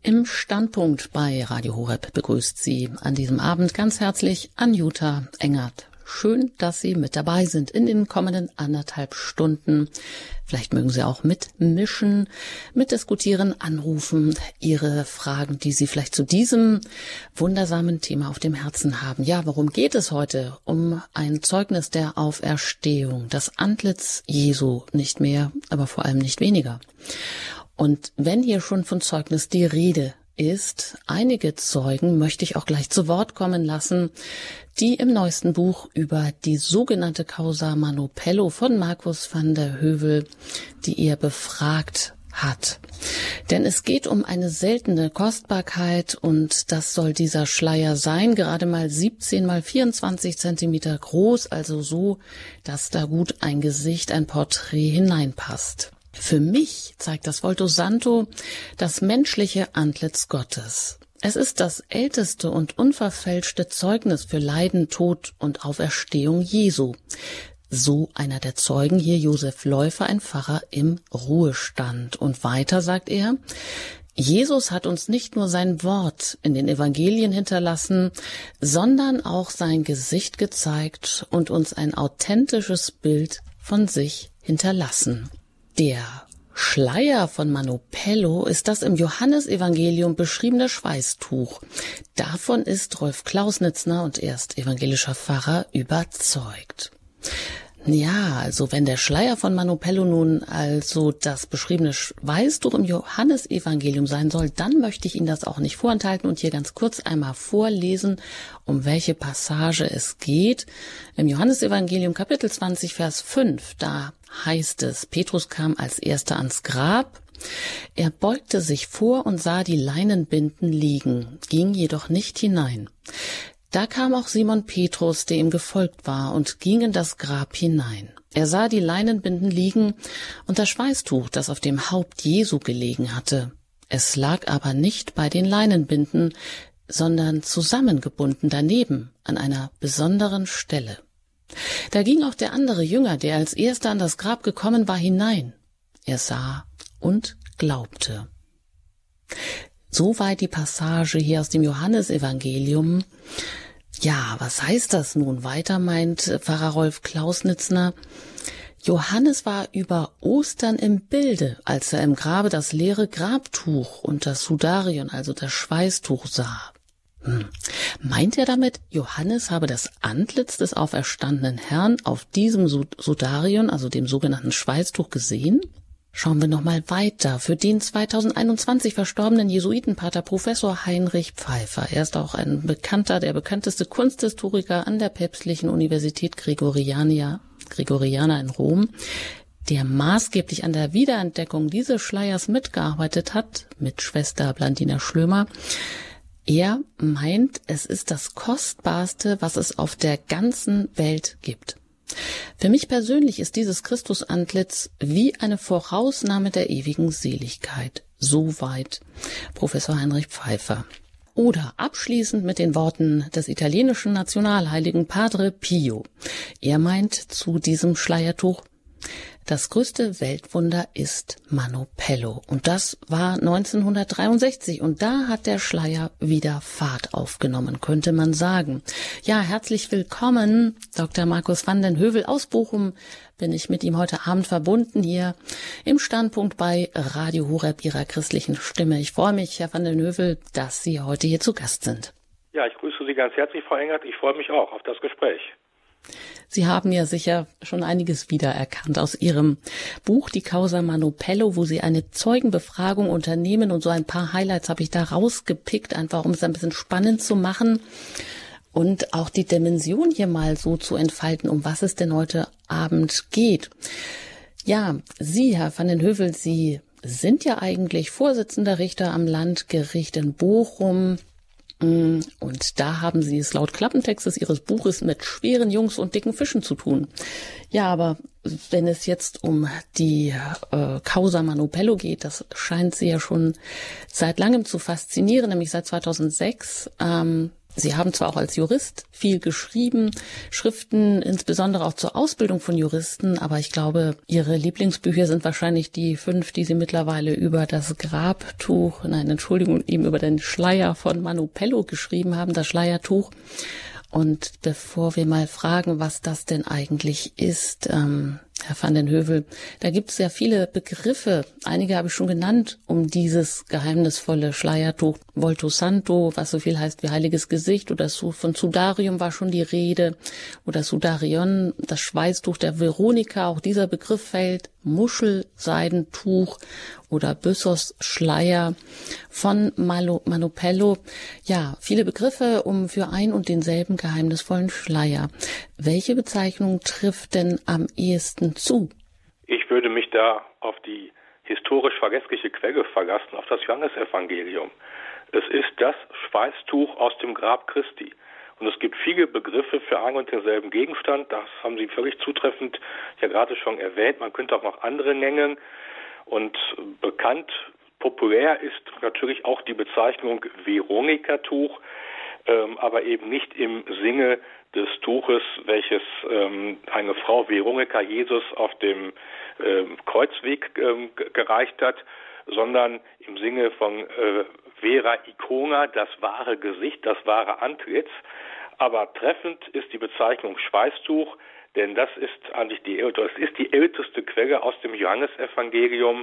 Im Standpunkt bei Radio Horeb begrüßt Sie an diesem Abend ganz herzlich Anjuta Engert. Schön, dass Sie mit dabei sind in den kommenden 1,5 Stunden. Vielleicht mögen Sie auch mitmischen, mitdiskutieren, anrufen, Ihre Fragen, die Sie vielleicht zu diesem wundersamen Thema auf dem Herzen haben. Ja, worum geht es heute? Um ein Zeugnis der Auferstehung, das Antlitz Jesu, nicht mehr, aber vor allem nicht weniger. Und wenn hier schon von Zeugnis die Rede ist, einige Zeugen möchte ich auch gleich zu Wort kommen lassen, die im neuesten Buch über die sogenannte Causa Manopello von Markus van der Heuvel, die er befragt hat. Denn es geht um eine seltene Kostbarkeit und das soll dieser Schleier sein, gerade mal 17 mal 24 Zentimeter groß, also so, dass da gut ein Gesicht, ein Porträt hineinpasst. Für mich zeigt das Volto Santo das menschliche Antlitz Gottes. Es ist das älteste und unverfälschte Zeugnis für Leiden, Tod und Auferstehung Jesu. So einer der Zeugen hier Josef Läufer, ein Pfarrer im Ruhestand. Und weiter sagt er, Jesus hat uns nicht nur sein Wort in den Evangelien hinterlassen, sondern auch sein Gesicht gezeigt und uns ein authentisches Bild von sich hinterlassen. Der Schleier von Manopello ist das im Johannesevangelium beschriebene Schweißtuch. Davon ist Rolf Klausnitzner und er ist evangelischer Pfarrer überzeugt. Ja, also wenn der Schleier von Manopello nun also das beschriebene Schweißtuch im Johannesevangelium sein soll, dann möchte ich Ihnen das auch nicht vorenthalten und hier ganz kurz einmal vorlesen, um welche Passage es geht. Im Johannesevangelium Kapitel 20, Vers 5, da heißt es, Petrus kam als erster ans Grab. Er beugte sich vor und sah die Leinenbinden liegen, ging jedoch nicht hinein. Da kam auch Simon Petrus, der ihm gefolgt war, und ging in das Grab hinein. Er sah die Leinenbinden liegen und das Schweißtuch, das auf dem Haupt Jesu gelegen hatte. Es lag aber nicht bei den Leinenbinden, sondern zusammengebunden daneben, an einer besonderen Stelle. Da ging auch der andere Jünger, der als erster an das Grab gekommen war, hinein. Er sah und glaubte. Soweit die Passage hier aus dem Johannesevangelium. Ja, was heißt das nun? Weiter meint Pfarrer Rolf Klausnitzner, Johannes war über Ostern im Bilde, als er im Grabe das leere Grabtuch und das Sudarion, also das Schweißtuch, sah. Meint er damit, Johannes habe das Antlitz des auferstandenen Herrn auf diesem Sudarion, also dem sogenannten Schweißtuch, gesehen? Schauen wir nochmal weiter. Für den 2021 verstorbenen Jesuitenpater Professor Heinrich Pfeiffer. Er ist auch der bekannteste Kunsthistoriker an der Päpstlichen Universität Gregoriana in Rom, der maßgeblich an der Wiederentdeckung dieses Schleiers mitgearbeitet hat, mit Schwester Blandina Schlömer. Er meint, es ist das Kostbarste, was es auf der ganzen Welt gibt. Für mich persönlich ist dieses Christusantlitz wie eine Vorausnahme der ewigen Seligkeit. Soweit Professor Heinrich Pfeiffer. Oder abschließend mit den Worten des italienischen Nationalheiligen Padre Pio. Er meint zu diesem Schleiertuch, das größte Weltwunder ist Manopello. Und das war 1963. Und da hat der Schleier wieder Fahrt aufgenommen, könnte man sagen. Ja, herzlich willkommen, Dr. Markus van den Heuvel aus Bochum. Bin ich mit ihm heute Abend verbunden hier im Standpunkt bei Radio Horeb, Ihrer christlichen Stimme. Ich freue mich, Herr van den Heuvel, dass Sie heute hier zu Gast sind. Ja, ich grüße Sie ganz herzlich, Frau Engert. Ich freue mich auch auf das Gespräch. Sie haben ja sicher schon einiges wiedererkannt aus Ihrem Buch, die Causa Manopello, wo Sie eine Zeugenbefragung unternehmen, und so ein paar Highlights habe ich da rausgepickt, einfach um es ein bisschen spannend zu machen und auch die Dimension hier mal so zu entfalten, um was es denn heute Abend geht. Ja, Sie, Herr van den Heuvel, Sie sind ja eigentlich Vorsitzender Richter am Landgericht in Bochum. Und da haben Sie es laut Klappentextes Ihres Buches mit schweren Jungs und dicken Fischen zu tun. Ja, aber wenn es jetzt um die Causa Manopello geht, das scheint Sie ja schon seit langem zu faszinieren, nämlich seit 2006. Sie haben zwar auch als Jurist viel geschrieben, Schriften insbesondere auch zur Ausbildung von Juristen, aber ich glaube, Ihre Lieblingsbücher sind wahrscheinlich die 5, die Sie mittlerweile über das Grabtuch, eben über den Schleier von Manu Pello geschrieben haben, das Schleiertuch. Und bevor wir mal fragen, was das denn eigentlich ist, Herr van den Heuvel, da gibt es ja viele Begriffe, einige habe ich schon genannt, um dieses geheimnisvolle Schleiertuch. Volto Santo, was so viel heißt wie heiliges Gesicht, oder von Sudarium war schon die Rede, oder Sudarion, das Schweißtuch der Veronika, auch dieser Begriff fällt, Muschelseidentuch oder Byssos Schleier von Manu Pello. Ja, viele Begriffe für ein und denselben geheimnisvollen Schleier. Welche Bezeichnung trifft denn am ehesten zu? Ich würde mich da auf die historisch verlässliche Quelle verlassen, auf das Johannesevangelium. Es ist das Schweißtuch aus dem Grab Christi. Und es gibt viele Begriffe für einen und denselben Gegenstand. Das haben Sie völlig zutreffend ja gerade schon erwähnt. Man könnte auch noch andere nennen. Und bekannt, populär ist natürlich auch die Bezeichnung Veronikatuch, aber eben nicht im Sinne des Tuches, welches eine Frau Veronika Jesus auf dem Kreuzweg gereicht hat, sondern im Sinne von Vera Icona, das wahre Gesicht, das wahre Antlitz. Aber treffend ist die Bezeichnung Schweißtuch, denn das ist eigentlich die älteste Quelle aus dem Johannesevangelium.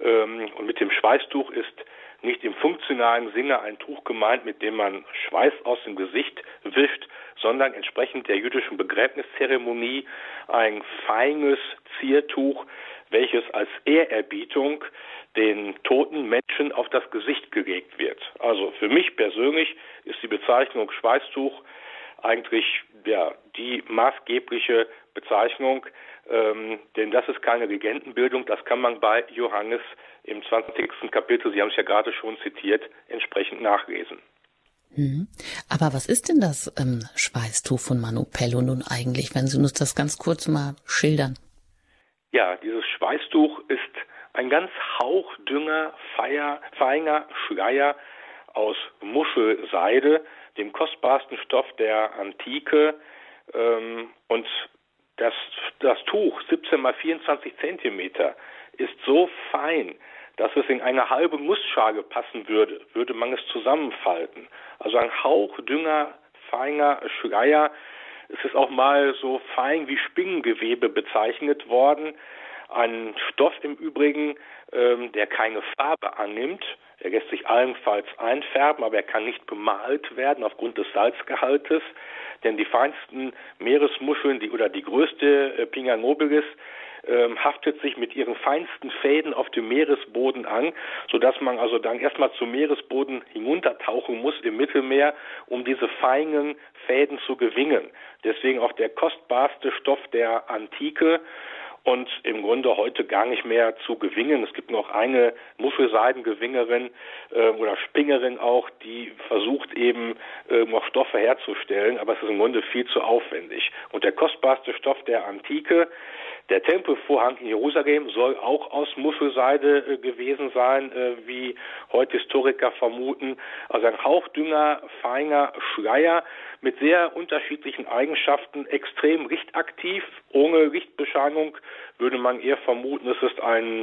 Und mit dem Schweißtuch ist nicht im funktionalen Sinne ein Tuch gemeint, mit dem man Schweiß aus dem Gesicht wischt, sondern entsprechend der jüdischen Begräbniszeremonie ein feines Ziertuch, welches als Ehrerbietung den toten Menschen auf das Gesicht gelegt wird. Also für mich persönlich ist die Bezeichnung Schweißtuch eigentlich die maßgebliche Bezeichnung, denn das ist keine Legendenbildung, das kann man bei Johannes im 20. Kapitel, Sie haben es ja gerade schon zitiert, entsprechend nachlesen. Aber was ist denn das Schweißtuch von Manu Pello nun eigentlich, wenn Sie uns das ganz kurz mal schildern? Ja, dieses Schweißtuch ist ein ganz hauchdünner, feiner Schleier aus Muschelseide, dem kostbarsten Stoff der Antike, und das Tuch, 17 mal 24 Zentimeter, ist so fein, dass es in eine halbe Nussschale passen würde man es zusammenfalten. Also ein hauchdünner, feiner Schleier. Es ist auch mal so fein wie Spinnengewebe bezeichnet worden. Ein Stoff im Übrigen, der keine Farbe annimmt. Er lässt sich allenfalls einfärben, aber er kann nicht bemalt werden aufgrund des Salzgehaltes. Denn die feinsten Meeresmuscheln, die größte Pinna nobilis, haftet sich mit ihren feinsten Fäden auf dem Meeresboden an, sodass man also dann erstmal zum Meeresboden hinuntertauchen muss im Mittelmeer, um diese feinen Fäden zu gewinnen. Deswegen auch der kostbarste Stoff der Antike und im Grunde heute gar nicht mehr zu gewinnen. Es gibt noch eine Muschelseidengewinnerin oder Spinnerin auch, die versucht eben noch Stoffe herzustellen, aber es ist im Grunde viel zu aufwendig. Und der kostbarste Stoff der Antike, der Tempelvorhang in Jerusalem, soll auch aus Muschelseide gewesen sein, wie heute Historiker vermuten. Also ein hauchdünner, feiner Schleier mit sehr unterschiedlichen Eigenschaften, extrem lichtaktiv. Ohne Lichtbescheinung würde man eher vermuten, es ist ein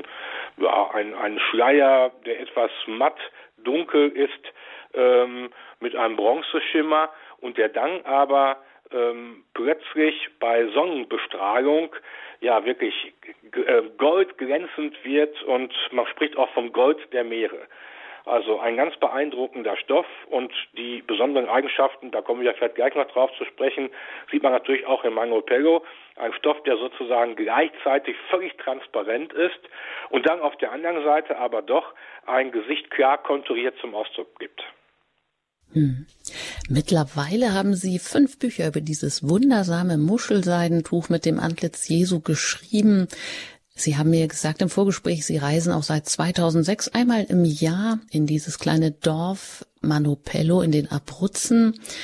Schleier, der etwas matt dunkel ist, mit einem Bronzeschimmer und der dann aber plötzlich bei Sonnenbestrahlung wirklich goldglänzend wird und man spricht auch vom Gold der Meere. Also ein ganz beeindruckender Stoff und die besonderen Eigenschaften, da kommen wir vielleicht gleich noch drauf zu sprechen, sieht man natürlich auch in Manu Pello. Ein Stoff, der sozusagen gleichzeitig völlig transparent ist und dann auf der anderen Seite aber doch ein Gesicht klar konturiert zum Ausdruck gibt. Mittlerweile haben Sie 5 Bücher über dieses wundersame Muschelseidentuch mit dem Antlitz Jesu geschrieben. Sie haben mir gesagt im Vorgespräch, Sie reisen auch seit 2006 einmal im Jahr in dieses kleine Dorf Manu Pello in den Abruzzen.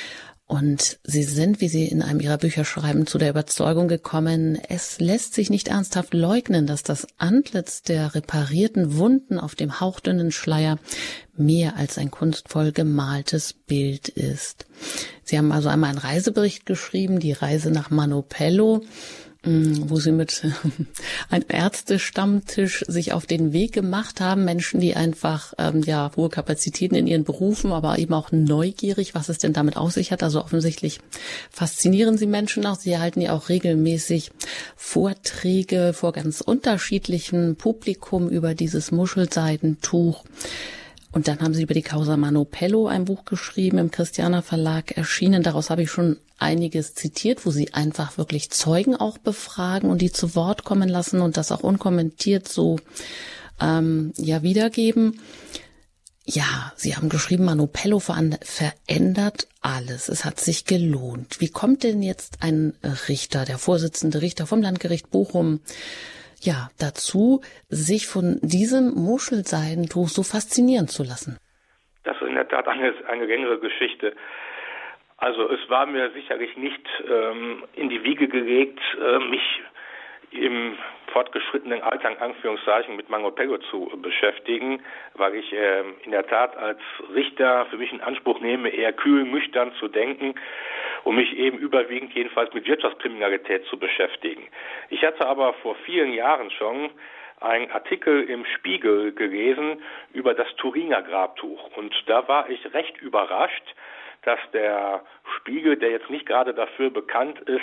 Und Sie sind, wie Sie in einem Ihrer Bücher schreiben, zu der Überzeugung gekommen, es lässt sich nicht ernsthaft leugnen, dass das Antlitz der reparierten Wunden auf dem hauchdünnen Schleier mehr als ein kunstvoll gemaltes Bild ist. Sie haben also einmal einen Reisebericht geschrieben, die Reise nach Manopello, wo Sie mit einem Ärztestammtisch sich auf den Weg gemacht haben, Menschen, die einfach hohe Kapazitäten in ihren Berufen, aber eben auch neugierig, was es denn damit auf sich hat. Also offensichtlich faszinieren Sie Menschen auch. Sie halten ja auch regelmäßig Vorträge vor ganz unterschiedlichem Publikum über dieses Muschelseidentuch. Und dann haben Sie über die Causa Manopello ein Buch geschrieben, im Christiana Verlag erschienen. Daraus habe ich schon einiges zitiert, wo Sie einfach wirklich Zeugen auch befragen und die zu Wort kommen lassen und das auch unkommentiert so wiedergeben. Ja, Sie haben geschrieben, Manopello verändert alles. Es hat sich gelohnt. Wie kommt denn jetzt ein Richter, der Vorsitzende Richter vom Landgericht Bochum, dazu, sich von diesem Muschelseidentuch so faszinieren zu lassen? Das ist in der Tat eine längere Geschichte. Also es war mir sicherlich nicht in die Wiege gelegt, mich im fortgeschrittenen Alter in Anführungszeichen mit Manopello zu beschäftigen, weil ich in der Tat als Richter für mich in Anspruch nehme, eher kühl, nüchtern zu denken und mich eben überwiegend jedenfalls mit Wirtschaftskriminalität zu beschäftigen. Ich hatte aber vor vielen Jahren schon einen Artikel im Spiegel gelesen über das Turiner Grabtuch und da war ich recht überrascht, dass der Spiegel, der jetzt nicht gerade dafür bekannt ist,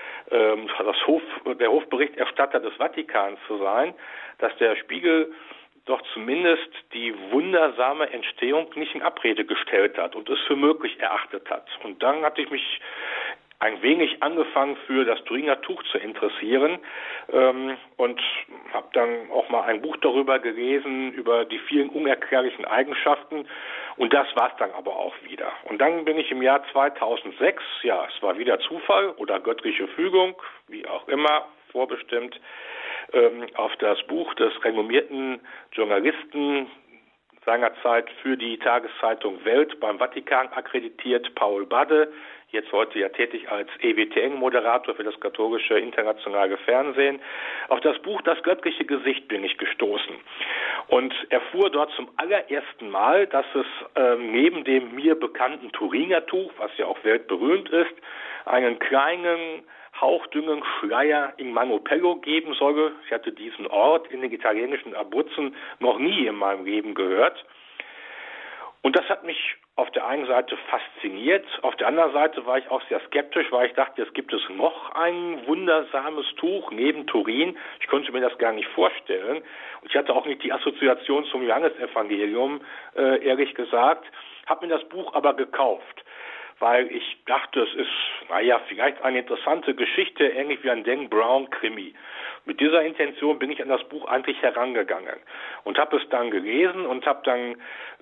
der Hofberichterstatter des Vatikans zu sein, dass der Spiegel doch zumindest die wundersame Entstehung nicht in Abrede gestellt hat und es für möglich erachtet hat. Und dann hatte ich mich ein wenig angefangen für das Turiner Tuch zu interessieren und habe dann auch mal ein Buch darüber gelesen, über die vielen unerklärlichen Eigenschaften und das war es dann aber auch wieder. Und dann bin ich im Jahr 2006, es war wieder Zufall oder göttliche Fügung, wie auch immer, vorbestimmt, auf das Buch des renommierten Journalisten seinerzeit für die Tageszeitung Welt beim Vatikan akkreditiert, Paul Badde, jetzt heute ja tätig als EWTN-Moderator für das katholische internationale Fernsehen. Auf das Buch Das göttliche Gesicht bin ich gestoßen und erfuhr dort zum allerersten Mal, dass es neben dem mir bekannten Turiner Tuch, was ja auch weltberühmt ist, einen kleinen, hauchdünnen Schleier in Manopello geben solle. Ich hatte diesen Ort in den italienischen Abruzzen noch nie in meinem Leben gehört. Und das hat mich auf der einen Seite fasziniert, auf der anderen Seite war ich auch sehr skeptisch, weil ich dachte, jetzt gibt es noch ein wundersames Tuch neben Turin. Ich konnte mir das gar nicht vorstellen. Und ich hatte auch nicht die Assoziation zum Johannesevangelium, ehrlich gesagt, habe mir das Buch aber gekauft, weil ich dachte, es ist, vielleicht eine interessante Geschichte, ähnlich wie ein Dan Brown-Krimi. Mit dieser Intention bin ich an das Buch eigentlich herangegangen und habe es dann gelesen und habe dann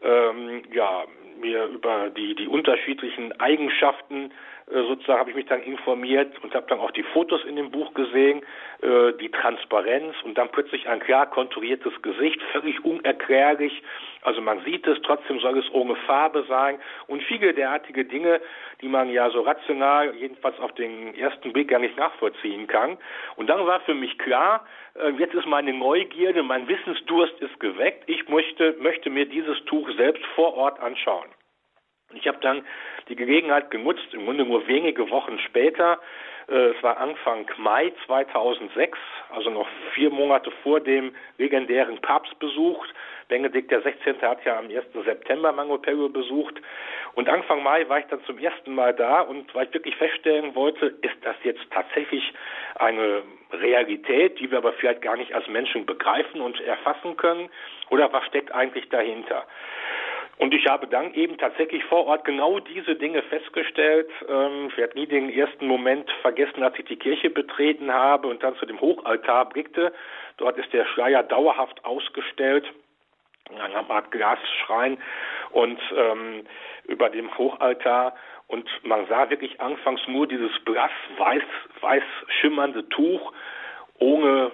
mir über die unterschiedlichen Eigenschaften sozusagen habe ich mich dann informiert und habe dann auch die Fotos in dem Buch gesehen, die Transparenz und dann plötzlich ein klar konturiertes Gesicht, völlig unerklärlich. Also man sieht es, trotzdem soll es ohne Farbe sein und viele derartige Dinge, die man ja so rational, jedenfalls auf den ersten Blick gar nicht nachvollziehen kann. Und dann war für mich klar, jetzt ist meine Neugierde, mein Wissensdurst ist geweckt. Ich möchte mir dieses Tuch selbst vor Ort anschauen. Ich habe dann die Gelegenheit genutzt, im Grunde nur wenige Wochen später, es war Anfang Mai 2006, also noch 4 Monate vor dem legendären Papstbesuch. Benedikt XVI. Hat ja am 1. September Manopello besucht und Anfang Mai war ich dann zum ersten Mal da und weil ich wirklich feststellen wollte, ist das jetzt tatsächlich eine Realität, die wir aber vielleicht gar nicht als Menschen begreifen und erfassen können oder was steckt eigentlich dahinter? Und ich habe dann eben tatsächlich vor Ort genau diese Dinge festgestellt. Ich werde nie den ersten Moment vergessen, als ich die Kirche betreten habe und dann zu dem Hochaltar blickte. Dort ist der Schleier dauerhaft ausgestellt, in einer Art Glasschrein und über dem Hochaltar. Und man sah wirklich anfangs nur dieses blass weiß schimmernde Tuch ohne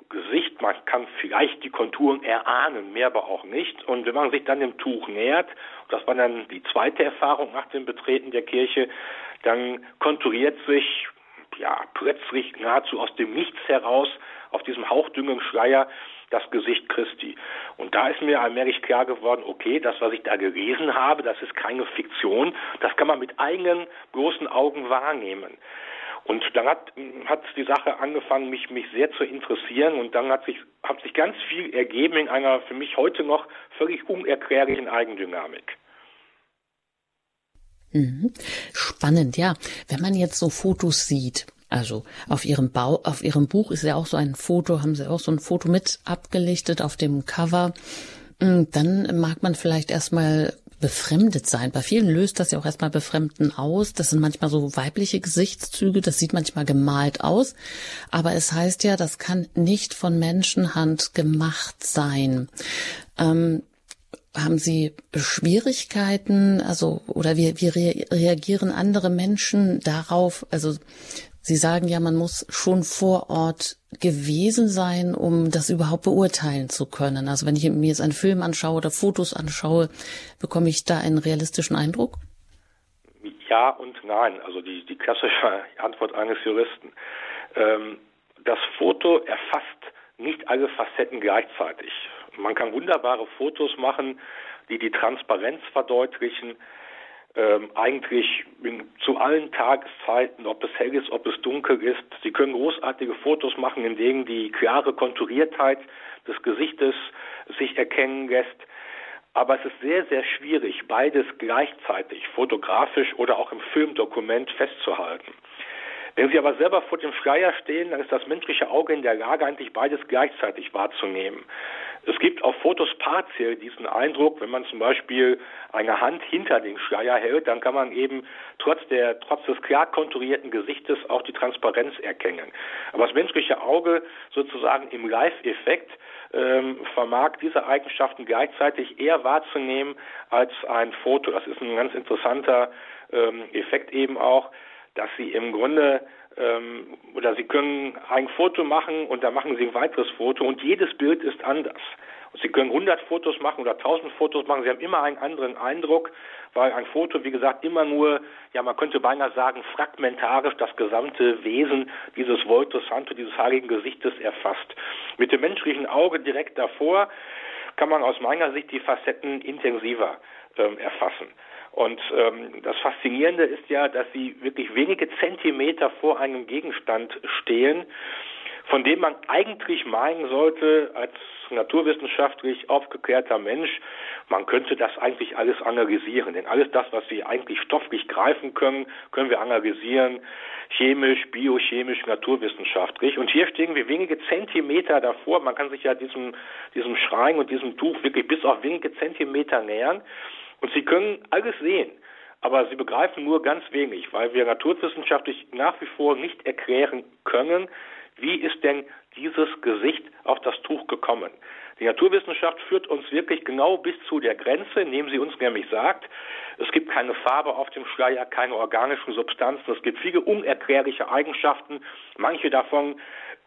Gesicht, man kann vielleicht die Konturen erahnen, mehr aber auch nicht. Und wenn man sich dann dem Tuch nähert, das war dann die zweite Erfahrung nach dem Betreten der Kirche, dann konturiert sich plötzlich nahezu aus dem Nichts heraus auf diesem hauchdünnen Schleier das Gesicht Christi. Und da ist mir allmählich klar geworden, okay, das, was ich da gelesen habe, das ist keine Fiktion, das kann man mit eigenen bloßen Augen wahrnehmen. Und dann hat die Sache angefangen, mich sehr zu interessieren, und dann hat sich ganz viel ergeben in einer für mich heute noch völlig unerklärlichen Eigendynamik. Spannend, ja. Wenn man jetzt so Fotos sieht, also auf Ihrem Buch ist ja auch so ein Foto, haben Sie auch so ein Foto mit abgelichtet auf dem Cover, dann mag man vielleicht erstmal befremdet sein. Bei vielen löst das ja auch erstmal Befremden aus. Das sind manchmal so weibliche Gesichtszüge, das sieht manchmal gemalt aus. Aber es heißt ja, das kann nicht von Menschenhand gemacht sein. Haben Sie Schwierigkeiten, oder wie reagieren andere Menschen darauf? Also Sie sagen ja, man muss schon vor Ort gewesen sein, um das überhaupt beurteilen zu können. Also wenn ich mir jetzt einen Film anschaue oder Fotos anschaue, bekomme ich da einen realistischen Eindruck? Ja und nein, also die klassische Antwort eines Juristen. Das Foto erfasst nicht alle Facetten gleichzeitig. Man kann wunderbare Fotos machen, die Transparenz verdeutlichen, eigentlich zu allen Tageszeiten, ob es hell ist, ob es dunkel ist. Sie können großartige Fotos machen, in denen die klare Konturiertheit des Gesichtes sich erkennen lässt. Aber es ist sehr, sehr schwierig, beides gleichzeitig, fotografisch oder auch im Filmdokument festzuhalten. Wenn Sie aber selber vor dem Schleier stehen, dann ist das menschliche Auge in der Lage, eigentlich beides gleichzeitig wahrzunehmen. Es gibt auf Fotos partiell diesen Eindruck, wenn man zum Beispiel eine Hand hinter den Schleier hält, dann kann man eben trotz des klar konturierten Gesichtes auch die Transparenz erkennen. Aber das menschliche Auge sozusagen im Live-Effekt vermag diese Eigenschaften gleichzeitig eher wahrzunehmen als ein Foto. Das ist ein ganz interessanter Effekt eben auch, dass Sie im Grunde oder Sie können ein Foto machen und dann machen Sie ein weiteres Foto und jedes Bild ist anders. Und Sie können 100 Fotos machen oder 1000 Fotos machen, Sie haben immer einen anderen Eindruck, weil ein Foto, wie gesagt, immer nur, man könnte beinahe sagen, fragmentarisch das gesamte Wesen dieses Voltus Sancti, dieses heiligen Gesichtes erfasst. Mit dem menschlichen Auge direkt davor kann man aus meiner Sicht die Facetten intensiver erfassen. Und das Faszinierende ist ja, dass Sie wirklich wenige Zentimeter vor einem Gegenstand stehen, von dem man eigentlich meinen sollte, als naturwissenschaftlich aufgeklärter Mensch, man könnte das eigentlich alles analysieren. Denn alles das, was Sie eigentlich stofflich greifen können, können wir analysieren, chemisch, biochemisch, naturwissenschaftlich. Und hier stehen wir wenige Zentimeter davor. Man kann sich ja diesem Schrein und diesem Tuch wirklich bis auf wenige Zentimeter nähern. Und Sie können alles sehen, aber Sie begreifen nur ganz wenig, weil wir naturwissenschaftlich nach wie vor nicht erklären können, wie ist denn dieses Gesicht auf das Tuch gekommen. Die Naturwissenschaft führt uns wirklich genau bis zu der Grenze, indem sie uns nämlich sagt, es gibt keine Farbe auf dem Schleier, keine organischen Substanzen, es gibt viele unerklärliche Eigenschaften, manche davon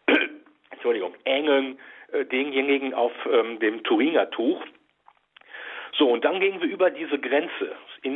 ähneln denjenigen auf dem Turiner Tuch. So, und dann gehen wir über diese Grenze in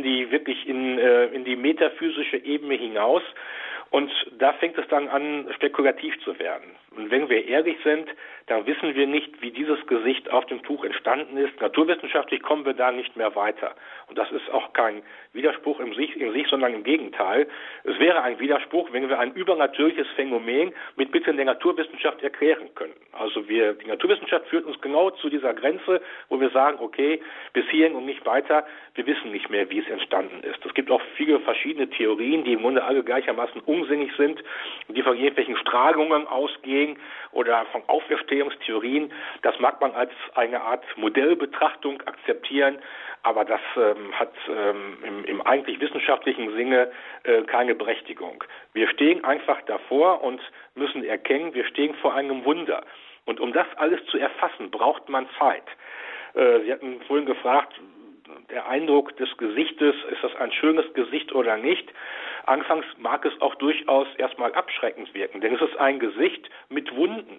die metaphysische Ebene hinaus. Und da fängt es dann an, spekulativ zu werden. Und wenn wir ehrlich sind, dann wissen wir nicht, wie dieses Gesicht auf dem Tuch entstanden ist. Naturwissenschaftlich kommen wir da nicht mehr weiter. Und das ist auch kein Widerspruch in sich, sondern im Gegenteil. Es wäre ein Widerspruch, wenn wir ein übernatürliches Phänomen mit Mitteln der Naturwissenschaft erklären könnten. Also die Naturwissenschaft führt uns genau zu dieser Grenze, wo wir sagen, okay, bis hierhin und nicht weiter. Wir wissen nicht mehr, wie es entstanden ist. Es gibt auch viele verschiedene Theorien, die im Grunde alle gleichermaßen unsinnig sind, die von irgendwelchen Strahlungen ausgehen oder von Auferstehungstheorien. Das mag man als eine Art Modellbetrachtung akzeptieren, aber das hat im eigentlich wissenschaftlichen Sinne keine Berechtigung. Wir stehen einfach davor und müssen erkennen, wir stehen vor einem Wunder. Und um das alles zu erfassen, braucht man Zeit. Sie hatten vorhin gefragt, der Eindruck des Gesichtes, ist das ein schönes Gesicht oder nicht? Anfangs mag es auch durchaus erstmal abschreckend wirken, denn es ist ein Gesicht mit Wunden.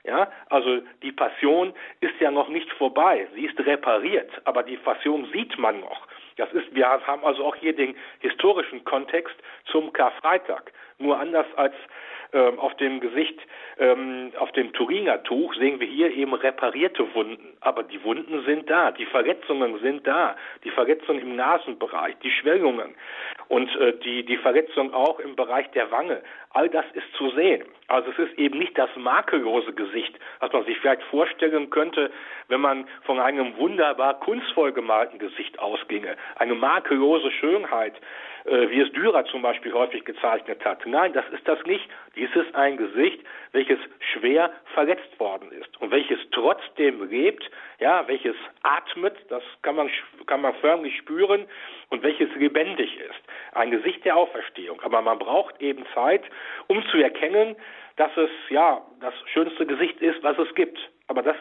Ja, also die Passion ist ja noch nicht vorbei. Sie ist repariert, aber die Passion sieht man noch. Wir haben also auch hier den historischen Kontext zum Karfreitag. Nur anders als auf dem Gesicht, auf dem Turiner Tuch sehen wir hier eben reparierte Wunden. Aber die Wunden sind da, die Verletzungen sind da, die Verletzungen im Nasenbereich, die Schwellungen und die Verletzung auch im Bereich der Wange. All das ist zu sehen. Also es ist eben nicht das makellose Gesicht, was man sich vielleicht vorstellen könnte, wenn man von einem wunderbar kunstvoll gemalten Gesicht ausginge. Eine makellose Schönheit, wie es Dürer zum Beispiel häufig gezeichnet hat. Nein, das ist das nicht. Dies ist ein Gesicht, welches schwer verletzt worden ist und welches trotzdem lebt, ja, welches atmet, das kann man förmlich spüren und welches lebendig ist. Ein Gesicht der Auferstehung. Aber man braucht eben Zeit, um zu erkennen, dass es ja das schönste Gesicht ist, was es gibt. Aber das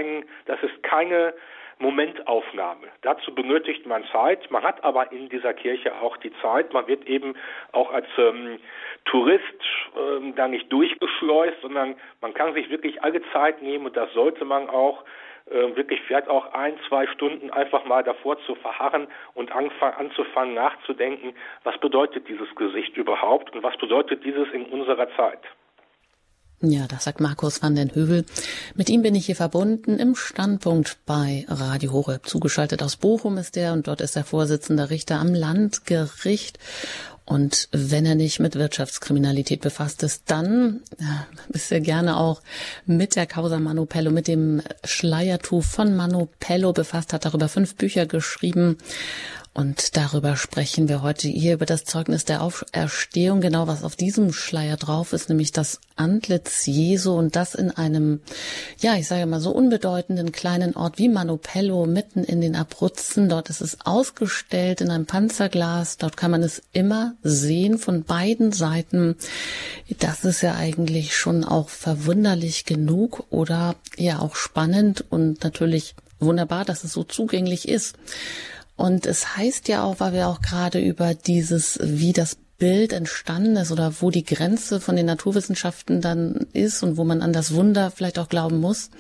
ist keine Momentaufnahme. Dazu benötigt man Zeit. Man hat aber in dieser Kirche auch die Zeit. Man wird eben auch als Tourist da nicht durchgeschleust, sondern man kann sich wirklich alle Zeit nehmen und das sollte man auch wirklich vielleicht auch 1-2 Stunden einfach mal davor zu verharren und anzufangen nachzudenken, was bedeutet dieses Gesicht überhaupt und was bedeutet dieses in unserer Zeit. Ja, das sagt Markus van den Hövell. Mit ihm bin ich hier verbunden im Standpunkt bei Radio Horeb. Zugeschaltet aus Bochum ist er und dort ist er Vorsitzender Richter am Landgericht. Und wenn er nicht mit Wirtschaftskriminalität befasst ist, dann ist er gerne auch mit der Causa Manu Pello, mit dem Schleiertuch von Manu Pello befasst, hat darüber 5 Bücher geschrieben. Und darüber sprechen wir heute hier über das Zeugnis der Auferstehung, genau was auf diesem Schleier drauf ist, nämlich das Antlitz Jesu und das in einem, ja, ich sage mal so unbedeutenden kleinen Ort wie Manu Pello, mitten in den Abruzzen. Dort ist es ausgestellt in einem Panzerglas. Dort kann man es immer sehen von beiden Seiten. Das ist ja eigentlich schon auch verwunderlich genug oder ja auch spannend und natürlich wunderbar, dass es so zugänglich ist. Und es heißt ja auch, weil wir auch gerade über wie das Bild entstanden ist oder wo die Grenze von den Naturwissenschaften dann ist und wo man an das Wunder vielleicht auch glauben muss.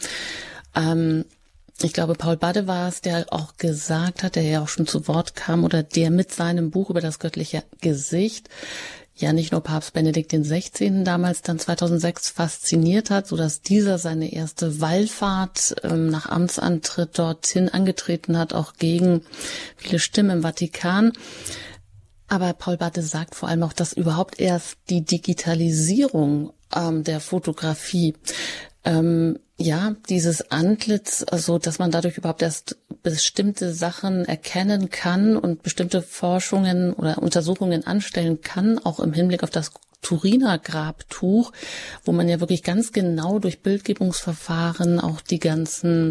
Ich glaube, Paul Badde war es, der auch gesagt hat, der ja auch schon zu Wort kam oder der mit seinem Buch über das göttliche Gesicht ja nicht nur Papst Benedikt XVI. Damals dann 2006 fasziniert hat, sodass dieser seine erste Wallfahrt nach Amtsantritt dorthin angetreten hat, auch gegen viele Stimmen im Vatikan. Aber Paul Badde sagt vor allem auch, dass überhaupt erst die Digitalisierung der Fotografie dieses Antlitz, also dass man dadurch überhaupt erst bestimmte Sachen erkennen kann und bestimmte Forschungen oder Untersuchungen anstellen kann, auch im Hinblick auf das Turiner Grabtuch, wo man ja wirklich ganz genau durch Bildgebungsverfahren auch die ganzen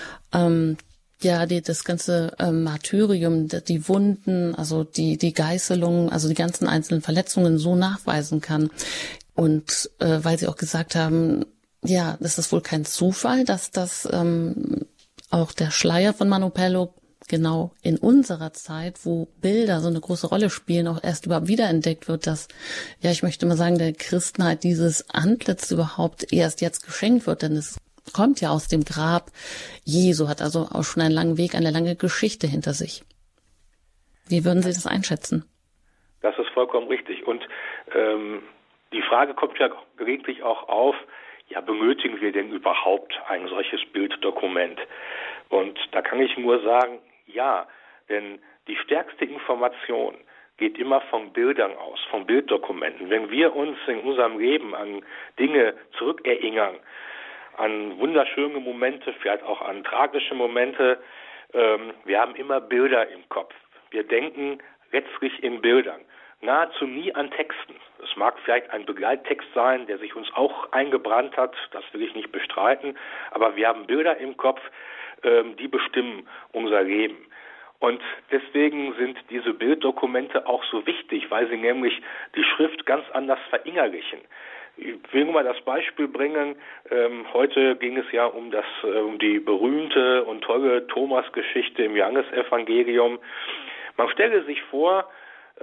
das ganze Martyrium, die Wunden, also die Geißelungen, also die ganzen einzelnen Verletzungen so nachweisen kann. Und weil Sie auch gesagt haben, ja, das ist wohl kein Zufall, dass das auch der Schleier von Manu Pello genau in unserer Zeit, wo Bilder so eine große Rolle spielen, auch erst überhaupt wiederentdeckt wird, dass, ja, ich möchte mal sagen, der Christenheit dieses Antlitz überhaupt erst jetzt geschenkt wird, denn es kommt ja aus dem Grab Jesu, hat also auch schon einen langen Weg, eine lange Geschichte hinter sich. Wie würden Sie das einschätzen? Das ist vollkommen richtig. Und die Frage kommt ja gelegentlich auch auf, ja, benötigen wir denn überhaupt ein solches Bilddokument? Und da kann ich nur sagen, ja, denn die stärkste Information geht immer von Bildern aus, von Bilddokumenten. Wenn wir uns in unserem Leben an Dinge zurückerinnern, an wunderschöne Momente, vielleicht auch an tragische Momente, wir haben immer Bilder im Kopf. Wir denken letztlich in Bildern. Nahezu nie an Texten. Es mag vielleicht ein Begleittext sein, der sich uns auch eingebrannt hat, das will ich nicht bestreiten, aber wir haben Bilder im Kopf, die bestimmen unser Leben. Und deswegen sind diese Bilddokumente auch so wichtig, weil sie nämlich die Schrift ganz anders verinnerlichen. Ich will nur mal das Beispiel bringen, heute ging es ja um die berühmte und tolle Thomas-Geschichte im Johannesevangelium. Man stelle sich vor,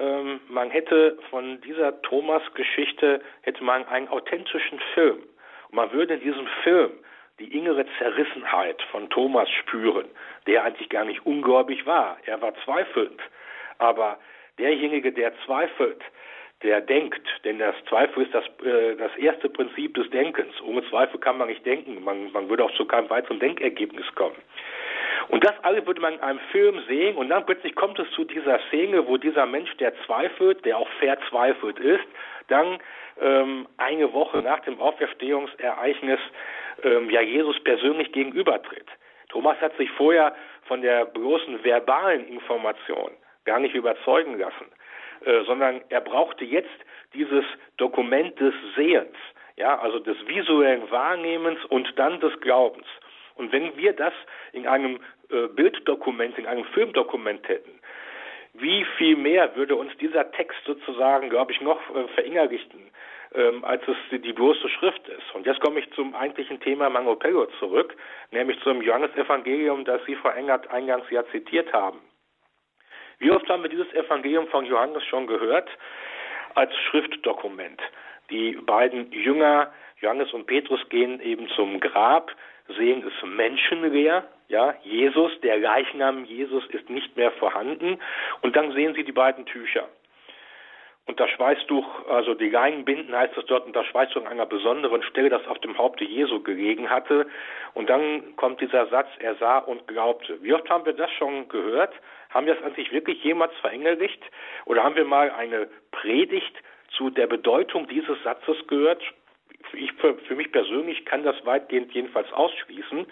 man hätte von dieser Thomas-Geschichte einen authentischen Film. Und Man würde in diesem Film die innere Zerrissenheit von Thomas spüren, der eigentlich gar nicht ungläubig war. Er war zweifelnd. Aber derjenige, der zweifelt, der denkt, denn das Zweifel ist das erste Prinzip des Denkens. Ohne Zweifel kann man nicht denken. Man würde auch zu keinem weiteren Denkergebnis kommen. Und das alles würde man in einem Film sehen und dann plötzlich kommt es zu dieser Szene, wo dieser Mensch, der zweifelt, der auch verzweifelt ist, dann eine Woche nach dem Auferstehungsereignis Jesus persönlich gegenübertritt. Thomas hat sich vorher von der bloßen verbalen Information gar nicht überzeugen lassen, sondern er brauchte jetzt dieses Dokument des Sehens, ja, also des visuellen Wahrnehmens und dann des Glaubens. Und wenn wir das in einem Bilddokument, in einem Filmdokument hätten, wie viel mehr würde uns dieser Text sozusagen, glaube ich, noch verinnerlichten, als es die bloße Schrift ist. Und jetzt komme ich zum eigentlichen Thema Mangopello zurück, nämlich zum Johannesevangelium, das Sie, Frau Engert, eingangs ja zitiert haben. Wie oft haben wir dieses Evangelium von Johannes schon gehört? Als Schriftdokument. Die beiden Jünger, Johannes und Petrus, gehen eben zum Grab, sehen es menschenleer, ja, Jesus, der Leichnam Jesus ist nicht mehr vorhanden, und dann sehen sie die beiden Tücher. Und das Schweißtuch, also die Leinenbinden heißt es dort, und das Schweißtuch an einer besonderen Stelle, das auf dem Haupte Jesu gelegen hatte. Und dann kommt dieser Satz, er sah und glaubte. Wie oft haben wir das schon gehört? Haben wir das eigentlich wirklich jemals verinnerlicht? Oder haben wir mal eine Predigt zu der Bedeutung dieses Satzes gehört? Für mich persönlich kann das weitgehend jedenfalls ausschließen.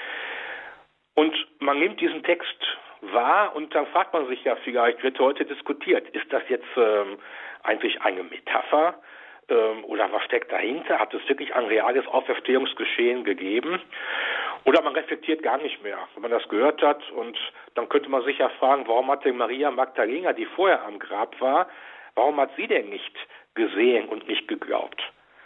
Und man nimmt diesen Text wahr und dann fragt man sich ja vielleicht, wird heute diskutiert, ist das jetzt eigentlich eine Metapher oder was steckt dahinter? Hat es wirklich ein reales Auferstehungsgeschehen gegeben? Oder man reflektiert gar nicht mehr, wenn man das gehört hat, und dann könnte man sich ja fragen, warum hat denn Maria Magdalena, die vorher am Grab war, warum hat sie denn nicht gesehen und nicht geglaubt?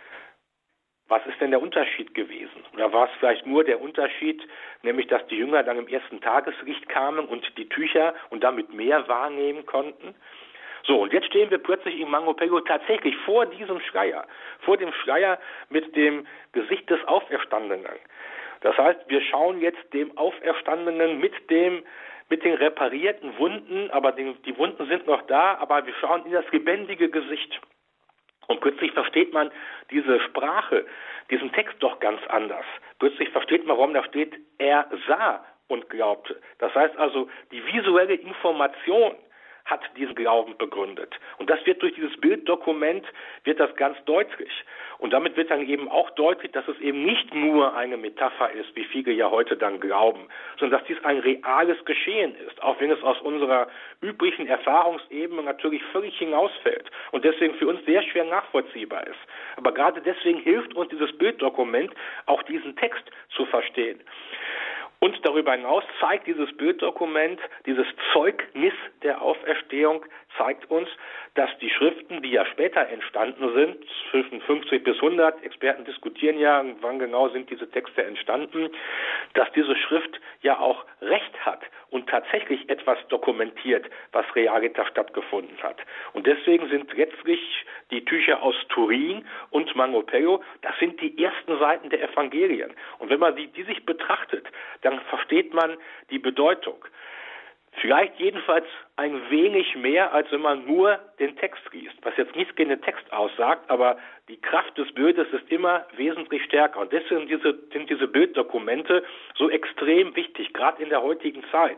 Was ist denn der Unterschied gewesen? Oder war es vielleicht nur der Unterschied, nämlich dass die Jünger dann im ersten Tageslicht kamen und die Tücher und damit mehr wahrnehmen konnten? So, und jetzt stehen wir plötzlich in Mangopello tatsächlich vor diesem Schleier, vor dem Schleier mit dem Gesicht des Auferstandenen. Das heißt, wir schauen jetzt dem Auferstandenen mit den reparierten Wunden, aber die Wunden sind noch da, aber wir schauen in das lebendige Gesicht. Und plötzlich versteht man diese Sprache, diesen Text doch ganz anders. Plötzlich versteht man, warum da steht, er sah und glaubte. Das heißt also, die visuelle Information hat diesen Glauben begründet. Und das wird durch dieses Bilddokument, wird das ganz deutlich. Und damit wird dann eben auch deutlich, dass es eben nicht nur eine Metapher ist, wie viele ja heute dann glauben, sondern dass dies ein reales Geschehen ist, auch wenn es aus unserer üblichen Erfahrungsebene natürlich völlig hinausfällt und deswegen für uns sehr schwer nachvollziehbar ist. Aber gerade deswegen hilft uns dieses Bilddokument, auch diesen Text zu verstehen. Und darüber hinaus zeigt dieses Bilddokument, dieses Zeugnis der Auferstehung, zeigt uns, dass die Schriften, die ja später entstanden sind, zwischen 50 bis 100, Experten diskutieren ja, wann genau sind diese Texte entstanden, dass diese Schrift ja auch Recht hat und tatsächlich etwas dokumentiert, was Realita stattgefunden hat. Und deswegen sind letztlich die Tücher aus Turin und Mangopello, das sind die ersten Seiten der Evangelien. Und wenn man die sich betrachtet, dann versteht man die Bedeutung. Vielleicht jedenfalls ein wenig mehr, als wenn man nur den Text liest, was jetzt nichts gegen den Text aussagt, aber die Kraft des Bildes ist immer wesentlich stärker. Und deswegen sind diese Bilddokumente so extrem wichtig, gerade in der heutigen Zeit,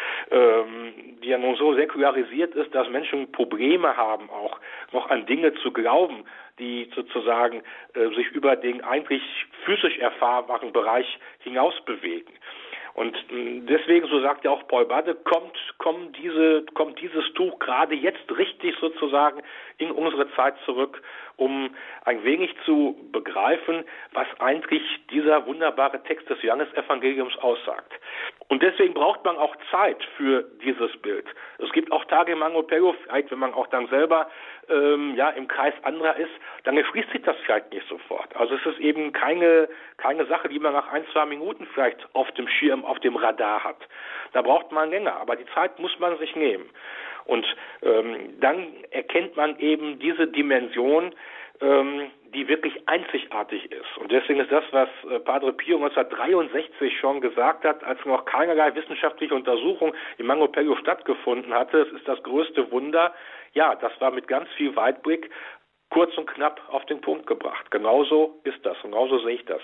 die ja nun so säkularisiert ist, dass Menschen Probleme haben, auch noch an Dinge zu glauben, die sozusagen sich über den eigentlich physisch erfahrbaren Bereich hinaus bewegen. Und deswegen, so sagt ja auch Paul Badde, kommt dieses Tuch gerade jetzt richtig sozusagen in unsere Zeit zurück, um ein wenig zu begreifen, was eigentlich dieser wunderbare Text des Johannesevangeliums aussagt. Und deswegen braucht man auch Zeit für dieses Bild. Es gibt auch Tage im Mangopello, vielleicht wenn man auch dann selber im Kreis anderer ist, dann erschließt sich das vielleicht nicht sofort. Also es ist eben keine Sache, die man nach 1-2 Minuten vielleicht auf dem Schirm, auf dem Radar hat. Da braucht man länger, aber die Zeit muss man sich nehmen. Und dann erkennt man eben diese Dimension, die wirklich einzigartig ist. Und deswegen ist das, was Padre Pio 1963 schon gesagt hat, als noch keinerlei wissenschaftliche Untersuchung in Mangopello stattgefunden hatte, es ist das größte Wunder. Ja, das war mit ganz viel Weitblick kurz und knapp auf den Punkt gebracht. Genauso ist das, genauso sehe ich das.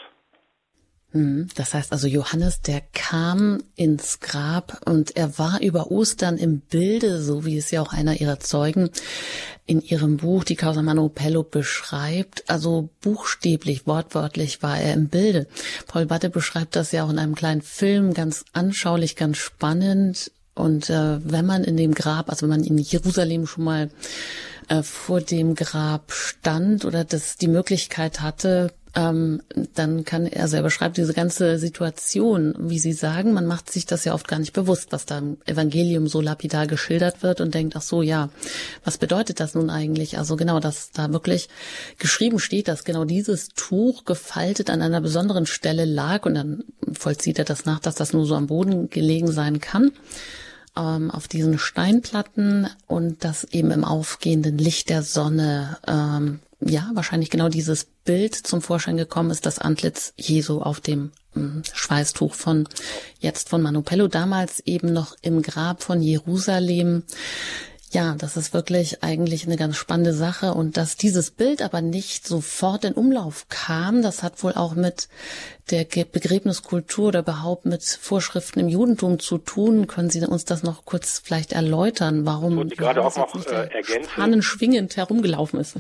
Das heißt also, Johannes, der kam ins Grab und er war über Ostern im Bilde, so wie es ja auch einer ihrer Zeugen in ihrem Buch Die Causa Mangopello beschreibt. Also buchstäblich, wortwörtlich war er im Bilde. Paul Batte beschreibt das ja auch in einem kleinen Film ganz anschaulich, ganz spannend. Und wenn man in dem Grab, also wenn man in Jerusalem schon mal vor dem Grab stand oder das die Möglichkeit hatte, dann kann er selber beschreibt diese ganze Situation, wie Sie sagen, man macht sich das ja oft gar nicht bewusst, was da im Evangelium so lapidar geschildert wird und denkt, ach so, ja, was bedeutet das nun eigentlich? Also genau, dass da wirklich geschrieben steht, dass genau dieses Tuch gefaltet an einer besonderen Stelle lag und dann vollzieht er das nach, dass das nur so am Boden gelegen sein kann, auf diesen Steinplatten und das eben im aufgehenden Licht der Sonne wahrscheinlich genau dieses Bild zum Vorschein gekommen ist, das Antlitz Jesu auf dem Schweißtuch von Mangopello, damals eben noch im Grab von Jerusalem. Ja, das ist wirklich eigentlich eine ganz spannende Sache und dass dieses Bild aber nicht sofort in Umlauf kam, das hat wohl auch mit der Begräbniskultur oder überhaupt mit Vorschriften im Judentum zu tun. Können Sie uns das noch kurz vielleicht erläutern, warum gerade auch noch ergänzen, Fahnen schwingend herumgelaufen ist?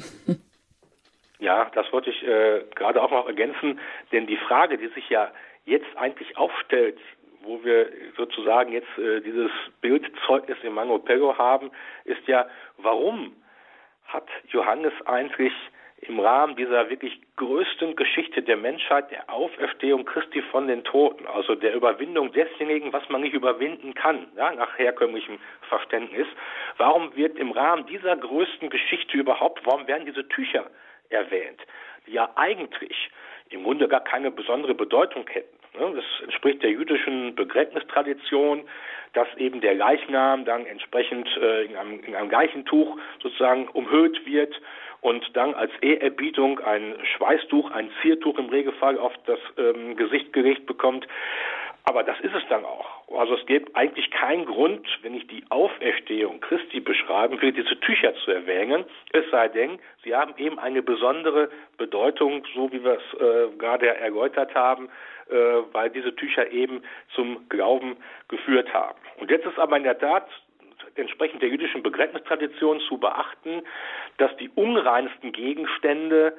Ja, das wollte ich gerade auch noch ergänzen, denn die Frage, die sich ja jetzt eigentlich aufstellt, wo wir sozusagen jetzt dieses Bildzeugnis in Mangopello haben, ist ja, warum hat Johannes eigentlich im Rahmen dieser wirklich größten Geschichte der Menschheit, der Auferstehung Christi von den Toten, also der Überwindung desjenigen, was man nicht überwinden kann, ja, nach herkömmlichem Verständnis, warum wird im Rahmen dieser größten Geschichte überhaupt, warum werden diese Tücher erwähnt, die ja eigentlich im Grunde gar keine besondere Bedeutung hätten. Das entspricht der jüdischen Begräbnistradition, dass eben der Leichnam dann entsprechend in einem Leichentuch sozusagen umhüllt wird und dann als Ehrerbietung ein Schweißtuch, ein Ziertuch im Regelfall auf das Gesicht gelegt bekommt. Aber das ist es dann auch. Also es gibt eigentlich keinen Grund, wenn ich die Auferstehung Christi beschreiben will, diese Tücher zu erwähnen, es sei denn, sie haben eben eine besondere Bedeutung, so wie wir es gerade erläutert haben, weil diese Tücher eben zum Glauben geführt haben. Und jetzt ist aber in der Tat entsprechend der jüdischen Begräbnistradition zu beachten, dass die unreinsten Gegenstände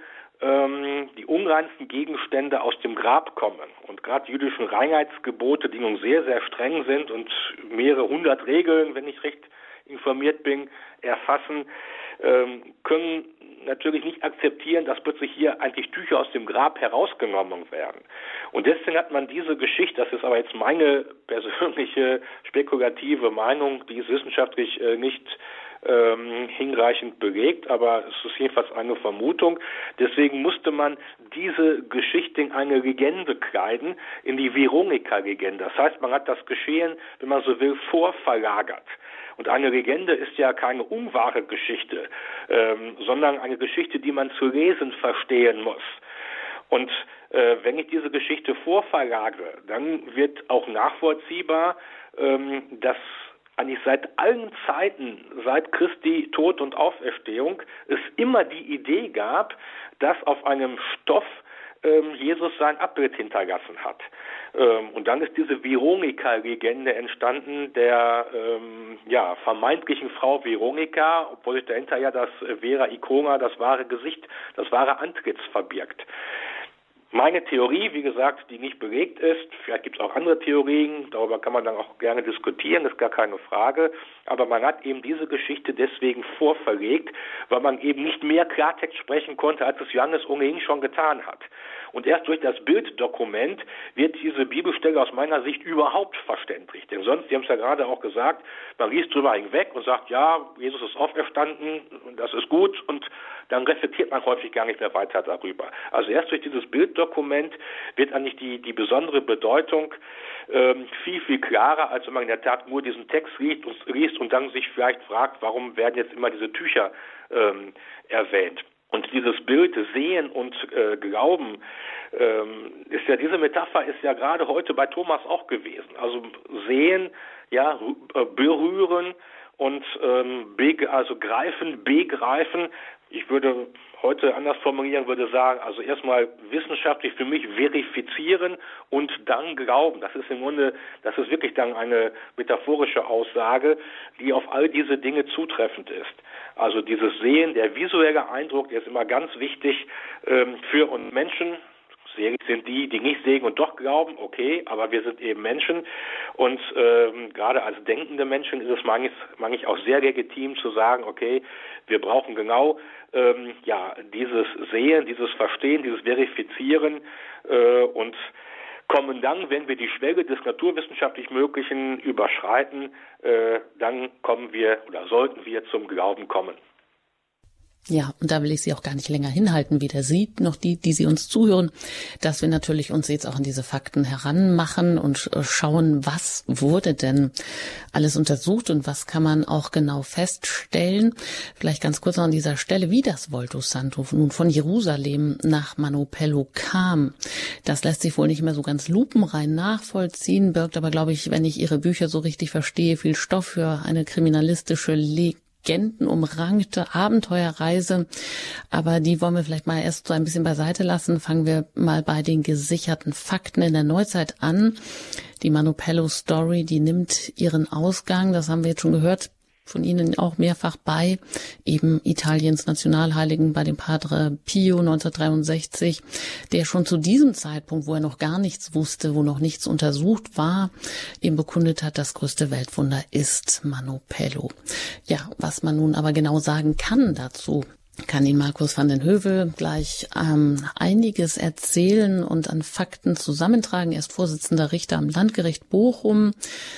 aus dem Grab kommen. Und gerade die jüdischen Reinheitsgebote, die nun sehr, sehr streng sind und mehrere hundert Regeln, wenn ich recht informiert bin, erfassen, können natürlich nicht akzeptieren, dass plötzlich hier eigentlich Tücher aus dem Grab herausgenommen werden. Und deswegen hat man diese Geschichte, das ist aber jetzt meine persönliche spekulative Meinung, die ist wissenschaftlich nicht hinreichend belegt, aber es ist jedenfalls eine Vermutung. Deswegen musste man diese Geschichte in eine Legende kleiden, in die Veronika-Legende. Das heißt, man hat das Geschehen, wenn man so will, vorverlagert. Und eine Legende ist ja keine unwahre Geschichte, sondern eine Geschichte, die man zu lesen verstehen muss. Und wenn ich diese Geschichte vorverlagere, dann wird auch nachvollziehbar, dass eigentlich seit allen Zeiten, seit Christi Tod und Auferstehung, es immer die Idee gab, dass auf einem Stoff Jesus sein Abbild hinterlassen hat. Und dann ist diese Veronika-Legende entstanden, der vermeintlichen Frau Veronika, obwohl sich dahinter ja das Vera Icona, das wahre Gesicht, das wahre Antlitz verbirgt. Meine Theorie, wie gesagt, die nicht belegt ist, vielleicht gibt es auch andere Theorien, darüber kann man dann auch gerne diskutieren, das ist gar keine Frage, aber man hat eben diese Geschichte deswegen vorverlegt, weil man eben nicht mehr Klartext sprechen konnte, als es Johannes ohnehin schon getan hat. Und erst durch das Bilddokument wird diese Bibelstelle aus meiner Sicht überhaupt verständlich. Denn sonst, Sie haben es ja gerade auch gesagt, man liest drüber hinweg und sagt, ja, Jesus ist auferstanden, das ist gut, und dann reflektiert man häufig gar nicht mehr weiter darüber. Also erst durch dieses Bilddokument wird eigentlich die besondere Bedeutung viel, viel klarer, als wenn man in der Tat nur diesen Text liest und dann sich vielleicht fragt, warum werden jetzt immer diese Tücher erwähnt. Und dieses Bild Sehen und Glauben diese Metapher ist ja gerade heute bei Thomas auch gewesen. Also sehen, ja, berühren und also greifen, begreifen. Ich würde heute anders formulieren, würde sagen, also erstmal wissenschaftlich für mich verifizieren und dann glauben. Das ist im Grunde, das ist wirklich dann eine metaphorische Aussage, die auf all diese Dinge zutreffend ist. Also dieses Sehen, der visuelle Eindruck, der ist immer ganz wichtig für uns Menschen. Sind die nicht sehen und doch glauben, okay, aber wir sind eben Menschen und gerade als denkende Menschen ist es manchmal auch sehr legitim zu sagen, okay, wir brauchen genau dieses Sehen, dieses Verstehen, dieses Verifizieren und kommen dann, wenn wir die Schwelle des naturwissenschaftlich Möglichen überschreiten, dann kommen wir oder sollten wir zum Glauben kommen. Ja, und da will ich Sie auch gar nicht länger hinhalten, weder Sie noch die Sie uns zuhören, dass wir natürlich uns jetzt auch an diese Fakten heranmachen und schauen, was wurde denn alles untersucht und was kann man auch genau feststellen. Vielleicht ganz kurz noch an dieser Stelle, wie das Voltus Santo nun von Jerusalem nach Manopello kam. Das lässt sich wohl nicht mehr so ganz lupenrein nachvollziehen, birgt aber, glaube ich, wenn ich Ihre Bücher so richtig verstehe, viel Stoff für eine kriminalistische legendenumrankte Abenteuerreise, aber die wollen wir vielleicht mal erst so ein bisschen beiseite lassen. Fangen wir mal bei den gesicherten Fakten in der Neuzeit an. Die Manopello Story, die nimmt ihren Ausgang, das haben wir jetzt schon gehört, von Ihnen auch mehrfach bei eben Italiens Nationalheiligen, bei dem Padre Pio 1963, der schon zu diesem Zeitpunkt, wo er noch gar nichts wusste, wo noch nichts untersucht war, eben bekundet hat, das größte Weltwunder ist Manopello. Ja, was man nun aber genau sagen kann dazu, kann Ihnen Markus van den Hövell gleich einiges erzählen und an Fakten zusammentragen. Er ist Vorsitzender Richter am Landgericht Bochum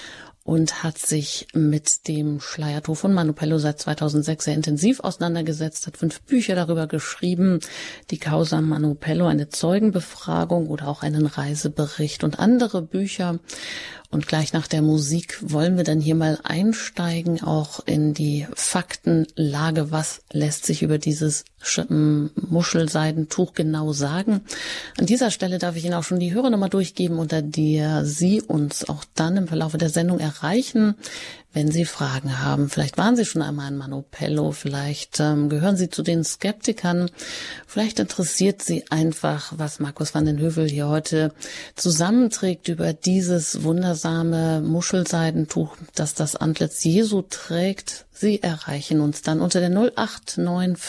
und hat sich mit dem Schleiertuch von Manopello seit 2006 sehr intensiv auseinandergesetzt, hat 5 Bücher darüber geschrieben, die Causa Manopello, eine Zeugenbefragung oder auch einen Reisebericht und andere Bücher. Und gleich nach der Musik wollen wir dann hier mal einsteigen, auch in die Faktenlage. Was lässt sich über dieses Muschelseidentuch genau sagen? An dieser Stelle darf ich Ihnen auch schon die Hörernummer durchgeben, unter der Sie uns auch dann im Verlauf der Sendung erreichen, wenn Sie Fragen haben. Vielleicht waren Sie schon einmal in Manopello, vielleicht gehören Sie zu den Skeptikern, vielleicht interessiert Sie einfach, was Markus van den Hövell hier heute zusammenträgt über dieses wundersame Muschelseidentuch, das das Antlitz Jesu trägt. Sie erreichen uns dann unter der 089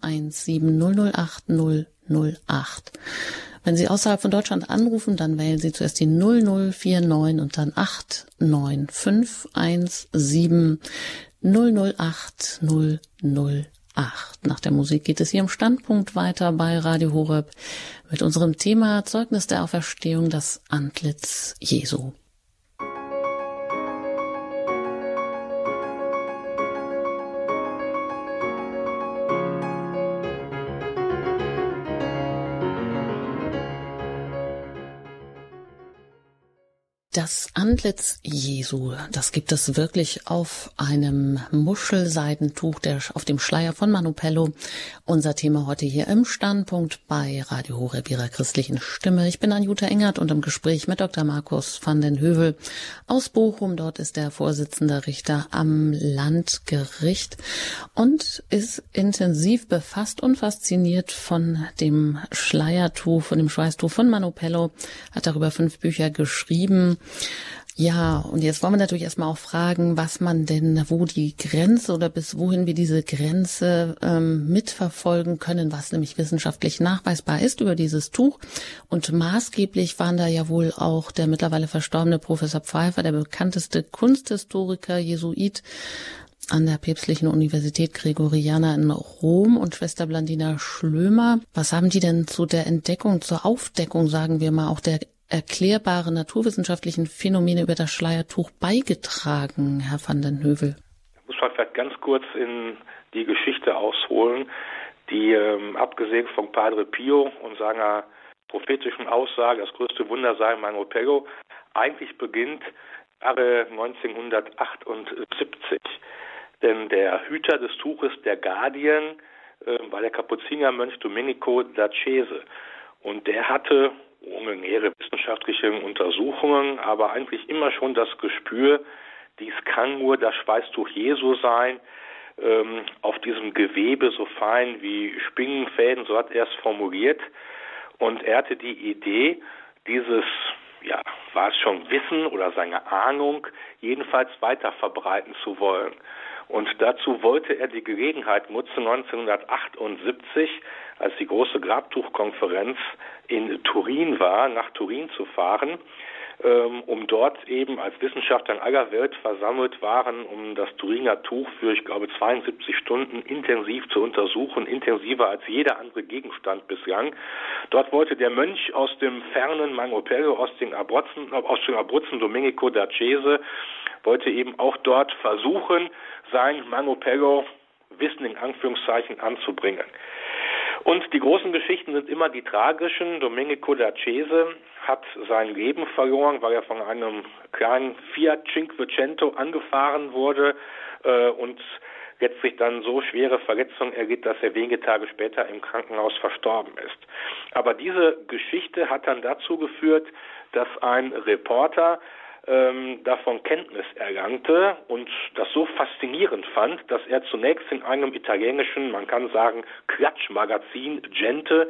517 008 008. Wenn Sie außerhalb von Deutschland anrufen, dann wählen Sie zuerst die 0049 und dann 89517 008 008. Nach der Musik geht es hier im Standpunkt weiter bei Radio Horeb mit unserem Thema Zeugnis der Auferstehung, das Antlitz Jesu. Das Antlitz Jesu, das gibt es wirklich auf einem Muschelseidentuch, auf dem Schleier von Manopello. Unser Thema heute hier im Standpunkt bei Radio Horeb, Ihrer christlichen Stimme. Ich bin Anjuta Engert und im Gespräch mit Dr. Markus van den Hövell aus Bochum. Dort ist er Vorsitzender Richter am Landgericht und ist intensiv befasst und fasziniert von dem Schleiertuch, von dem Schweißtuch von Manopello, hat darüber 5 Bücher geschrieben. Ja, und jetzt wollen wir natürlich erstmal auch fragen, was man denn, wo die Grenze oder bis wohin wir diese Grenze mitverfolgen können, was nämlich wissenschaftlich nachweisbar ist über dieses Tuch. Und maßgeblich waren da ja wohl auch der mittlerweile verstorbene Professor Pfeiffer, der bekannteste Kunsthistoriker, Jesuit an der Päpstlichen Universität Gregoriana in Rom, und Schwester Blandina Schlömer. Was haben die denn zu der Entdeckung, zur Aufdeckung, sagen wir mal, auch der erklärbare naturwissenschaftlichen Phänomene über das Schleiertuch beigetragen, Herr van den Hövell? Da muss man vielleicht ganz kurz in die Geschichte ausholen, die abgesehen von Padre Pio und seiner prophetischen Aussage, das größte Wunder sei Manopello, eigentlich beginnt Jahre 1978. Denn der Hüter des Tuches, der Guardian, war der Kapuzinermönch Domenico da Cese. Und der hatte ohne nähere wissenschaftliche Untersuchungen, aber eigentlich immer schon das Gespür, dies kann nur das Schweißtuch Jesu sein, auf diesem Gewebe so fein wie Spinnenfäden, so hat er es formuliert. Und er hatte die Idee, dieses, ja, war es schon Wissen oder seine Ahnung, jedenfalls weiter verbreiten zu wollen. Und dazu wollte er die Gelegenheit nutzen, 1978, als die große Grabtuchkonferenz in Turin war, nach Turin zu fahren, um dort eben als Wissenschaftler in aller Welt versammelt waren, um das Turiner Tuch für, ich glaube, 72 Stunden intensiv zu untersuchen, intensiver als jeder andere Gegenstand bislang. Dort wollte der Mönch aus dem fernen Mangopello, aus den Abruzzen Domenico da Cese, wollte eben auch dort versuchen, sein Mangopello Wissen in Anführungszeichen anzubringen. Und die großen Geschichten sind immer die tragischen. Domenico da Cese hat sein Leben verloren, weil er von einem kleinen Fiat Cinquecento angefahren wurde und letztlich dann so schwere Verletzungen erlitt, dass er wenige Tage später im Krankenhaus verstorben ist. Aber diese Geschichte hat dann dazu geführt, dass ein Reporter davon Kenntnis erlangte und das so faszinierend fand, dass er zunächst in einem italienischen, man kann sagen, Klatschmagazin Gente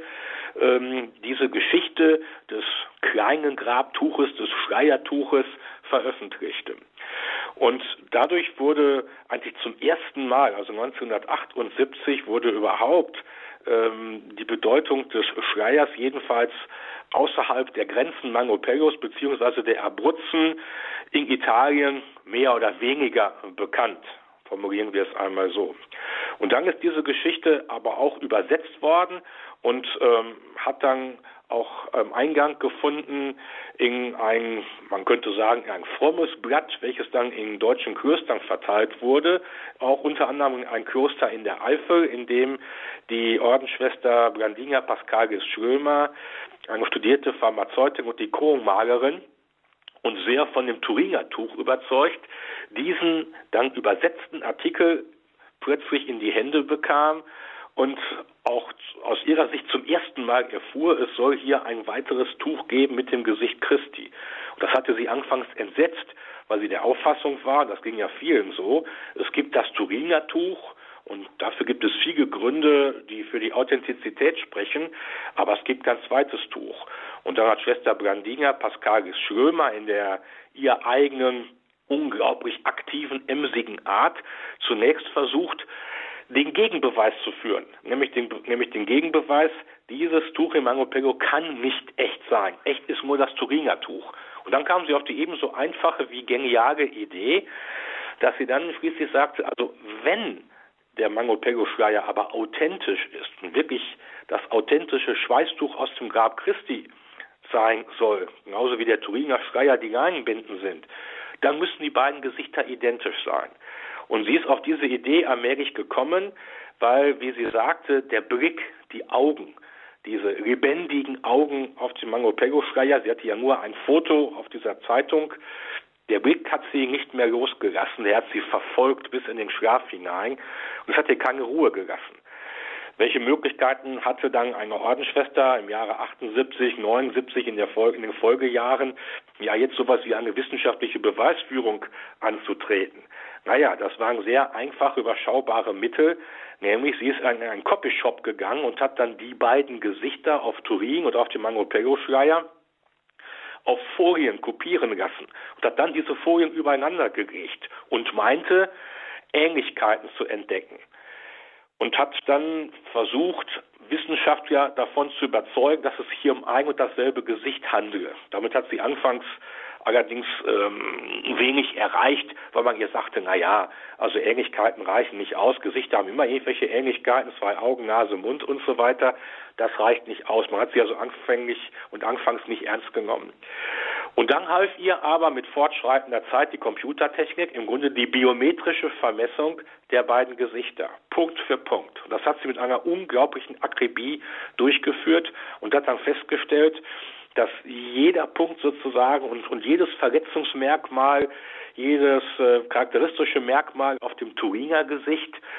diese Geschichte des kleinen Grabtuches, des Schleiertuches veröffentlichte. Und dadurch wurde eigentlich zum ersten Mal, also 1978, wurde überhaupt die Bedeutung des Schleiers jedenfalls außerhalb der Grenzen Mangopellos bzw. der Abruzzen in Italien mehr oder weniger bekannt. Formulieren wir es einmal so. Und dann ist diese Geschichte aber auch übersetzt worden und hat dann auch Eingang gefunden in ein, man könnte sagen, ein frommes Blatt, welches dann in deutschen Klöstern verteilt wurde, auch unter anderem in ein Kloster in der Eifel, in dem die Ordensschwester Blandina Pascalis Schrömer, eine studierte Pharmazeutin und Dichrommalerin, und sehr von dem Turiner Tuch überzeugt, diesen dann übersetzten Artikel plötzlich in die Hände bekam und auch aus ihrer Sicht zum ersten Mal erfuhr, es soll hier ein weiteres Tuch geben mit dem Gesicht Christi. Und das hatte sie anfangs entsetzt, weil sie der Auffassung war, das ging ja vielen so, es gibt das Turiner Tuch und dafür gibt es viele Gründe, die für die Authentizität sprechen, aber es gibt kein zweites Tuch. Und dann hat Schwester Blandina Pascalis Schrömer in der ihr eigenen, unglaublich aktiven, emsigen Art zunächst versucht, den Gegenbeweis zu führen, nämlich den Gegenbeweis, dieses Tuch im Mangopello kann nicht echt sein. Echt ist nur das Turiner Tuch. Und dann kam sie auf die ebenso einfache wie geniale Idee, dass sie dann schließlich sagte, also wenn der Mangopello-Schleier aber authentisch ist und wirklich das authentische Schweißtuch aus dem Grab Christi sein soll, genauso wie der Turiner Schleier die Leinenbinden sind, dann müssen die beiden Gesichter identisch sein. Und sie ist auf diese Idee allmählich gekommen, weil, wie sie sagte, der Blick, die Augen, diese lebendigen Augen auf dem Mangopello-Schleier, sie hatte ja nur ein Foto auf dieser Zeitung, der Blick hat sie nicht mehr losgelassen, der hat sie verfolgt bis in den Schlaf hinein und es hat ihr keine Ruhe gelassen. Welche Möglichkeiten hatte dann eine Ordensschwester im Jahre 78, 79 in den Folgejahren, ja jetzt sowas wie eine wissenschaftliche Beweisführung anzutreten? Naja, das waren sehr einfach überschaubare Mittel, nämlich sie ist in einen Copyshop gegangen und hat dann die beiden Gesichter auf Turin und auf dem Mangopello-Schleier auf Folien kopieren lassen und hat dann diese Folien übereinander gelegt und meinte, Ähnlichkeiten zu entdecken. Und hat dann versucht, Wissenschaftler davon zu überzeugen, dass es hier um ein und dasselbe Gesicht handele. Damit hat sie anfangs allerdings wenig erreicht, weil man ihr sagte, naja, also Ähnlichkeiten reichen nicht aus, Gesichter haben immer irgendwelche Ähnlichkeiten, 2 Augen, Nase, Mund und so weiter, das reicht nicht aus. Man hat sie also anfangs nicht ernst genommen. Und dann half ihr aber mit fortschreitender Zeit die Computertechnik, im Grunde die biometrische Vermessung der beiden Gesichter, Punkt für Punkt. Und das hat sie mit einer unglaublichen Akribie durchgeführt und hat dann festgestellt, dass jeder Punkt sozusagen und jedes Verletzungsmerkmal, jedes charakteristische Merkmal auf dem Turiner Gesicht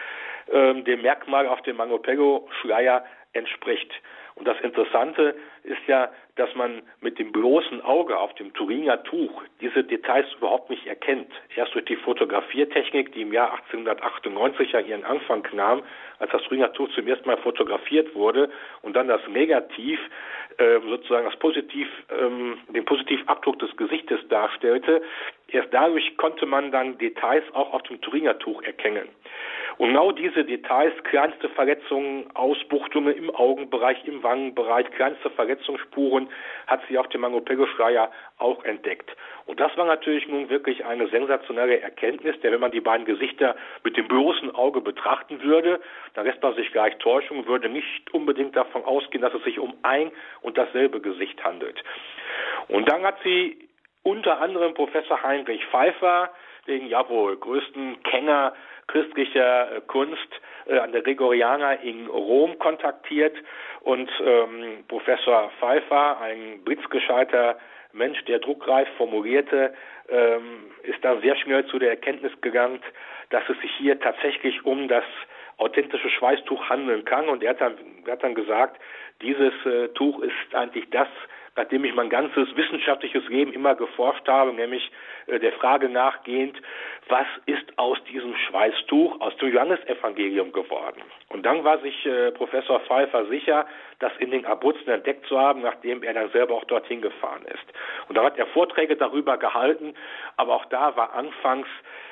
dem Merkmal auf dem Mango Pego Schleier entspricht. Und das Interessante ist ja, dass man mit dem bloßen Auge auf dem Turiner Tuch diese Details überhaupt nicht erkennt. Erst durch die Fotografiertechnik, die im Jahr 1898 ja ihren Anfang nahm, als das Turiner Tuch zum ersten Mal fotografiert wurde und dann das Negativ sozusagen den Positivabdruck des Gesichtes darstellte. Erst dadurch konnte man dann Details auch auf dem Turiner Tuch erkennen. Und genau diese Details, kleinste Verletzungen, Ausbuchtungen im Augenbereich, im Wangenbereich, kleinste Verletzungsspuren, hat sie auf dem Mango Pego Schleier auch entdeckt. Und das war natürlich nun wirklich eine sensationelle Erkenntnis, denn wenn man die beiden Gesichter mit dem bloßen Auge betrachten würde, dann lässt man sich gleich täuschen und würde nicht unbedingt davon ausgehen, dass es sich um ein und dasselbe Gesicht handelt. Und dann hat sie unter anderem Professor Heinrich Pfeiffer, den größten Kenner christlicher Kunst an der Gregoriana in Rom, kontaktiert und Professor Pfeiffer, ein blitzgescheiter Mensch, der druckreif formulierte, ist dann sehr schnell zu der Erkenntnis gelangt, dass es sich hier tatsächlich um das authentische Schweißtuch handeln kann. Und er hat dann gesagt, dieses Tuch ist eigentlich das, nachdem ich mein ganzes wissenschaftliches Leben immer geforscht habe, nämlich der Frage nachgehend, was ist aus diesem Schweißtuch, aus dem Johannesevangelium geworden? Und dann war sich Professor Pfeiffer sicher, das in den Abruzzen entdeckt zu haben, nachdem er dann selber auch dorthin gefahren ist. Und da hat er Vorträge darüber gehalten, aber auch da war anfangs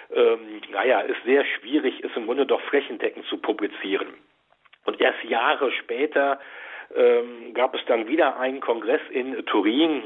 es sehr schwierig, es im Grunde doch flächendeckend zu publizieren. Und erst Jahre später gab es dann wieder einen Kongress in Turin,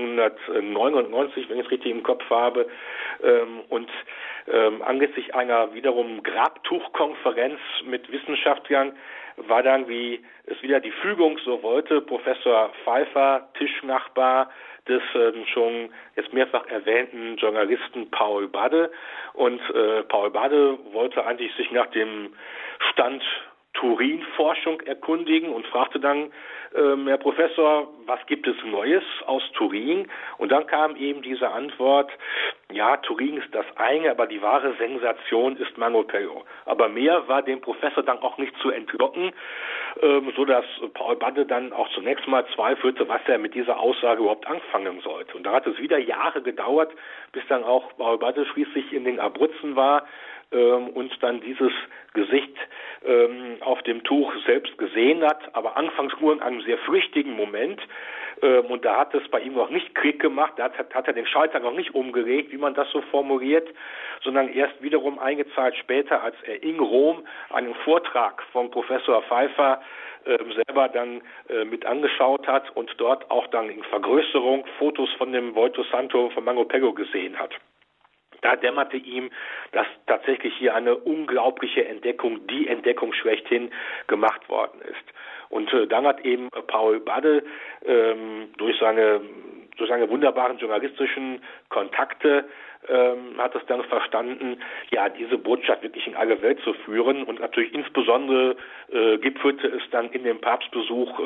1999, wenn ich es richtig im Kopf habe, und anlässlich einer wiederum Grabtuchkonferenz mit Wissenschaftlern war dann, wie es wieder die Fügung so wollte, Professor Pfeiffer, Tischnachbar des schon jetzt mehrfach erwähnten Journalisten Paul Badde. Und Paul Badde wollte eigentlich sich nach dem Stand Turin-Forschung erkundigen und fragte dann, Herr Professor, was gibt es Neues aus Turin? Und dann kam eben diese Antwort, ja, Turin ist das eine, aber die wahre Sensation ist Mango Pego. Aber mehr war dem Professor dann auch nicht zu entlocken, so dass Paul Badde dann auch zunächst mal zweifelte, was er mit dieser Aussage überhaupt anfangen sollte. Und da hat es wieder Jahre gedauert, bis dann auch Paul Badde schließlich in den Abruzzen war und dann dieses Gesicht auf dem Tuch selbst gesehen hat, aber anfangs nur in einem sehr flüchtigen Moment. Und da hat es bei ihm noch nicht Klick gemacht, da hat er den Schalter noch nicht umgelegt, wie man das so formuliert, sondern erst wiederum einige Zeit später, als er in Rom einen Vortrag von Professor Pfeiffer selber dann mit angeschaut hat und dort auch dann in Vergrößerung Fotos von dem Volto Santo von Mango Pego gesehen hat. Da dämmerte ihm, dass tatsächlich hier eine unglaubliche Entdeckung, die Entdeckung schlechthin gemacht worden ist. Und dann hat eben Paul Badde durch seine wunderbaren journalistischen Kontakte hat es dann verstanden, ja, diese Botschaft wirklich in alle Welt zu führen. Und natürlich insbesondere gipfelte es dann in dem Papstbesuch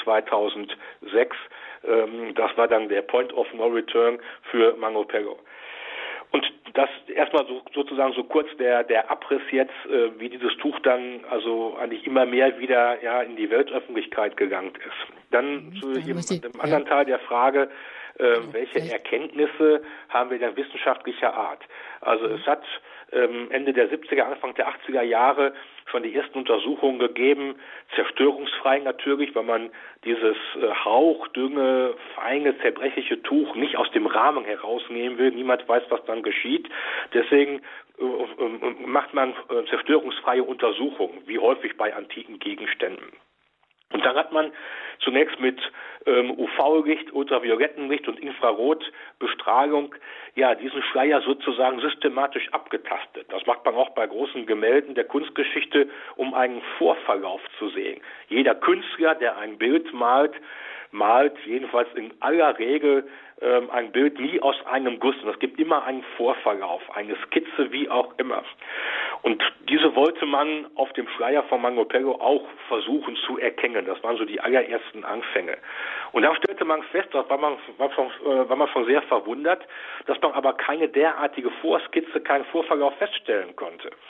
2006. Das war dann der Point of No Return für Mango Pego. Und das erstmal sozusagen so kurz der Abriss jetzt, wie dieses Tuch dann also eigentlich immer mehr wieder in die Weltöffentlichkeit gelangt ist. Dann zu dem anderen Teil der Frage, welche Erkenntnisse haben wir denn wissenschaftlicher Art? Also es hat Ende der 70er, Anfang der 80er Jahre schon die ersten Untersuchungen gegeben, zerstörungsfrei natürlich, weil man dieses hauchdünne, feine, zerbrechliche Tuch nicht aus dem Rahmen herausnehmen will. Niemand weiß, was dann geschieht. Deswegen macht man zerstörungsfreie Untersuchungen, wie häufig bei antiken Gegenständen. Und dann hat man zunächst mit UV-Licht, Ultraviolettenlicht und Infrarotbestrahlung diesen Schleier sozusagen systematisch abgetastet. Das macht man auch bei großen Gemälden der Kunstgeschichte, um einen Vorverlauf zu sehen. Jeder Künstler, der ein Bild malt jedenfalls in aller Regel ein Bild nie aus einem Guss. Und es gibt immer einen Vorverlauf, eine Skizze, wie auch immer. Und diese wollte man auf dem Schleier von Mango Pego auch versuchen zu erkennen. Das waren so die allerersten Anfänge. Und da stellte man fest, da war man schon sehr verwundert, dass man aber keine derartige Vorskizze, keinen Vorverlauf feststellen konnte.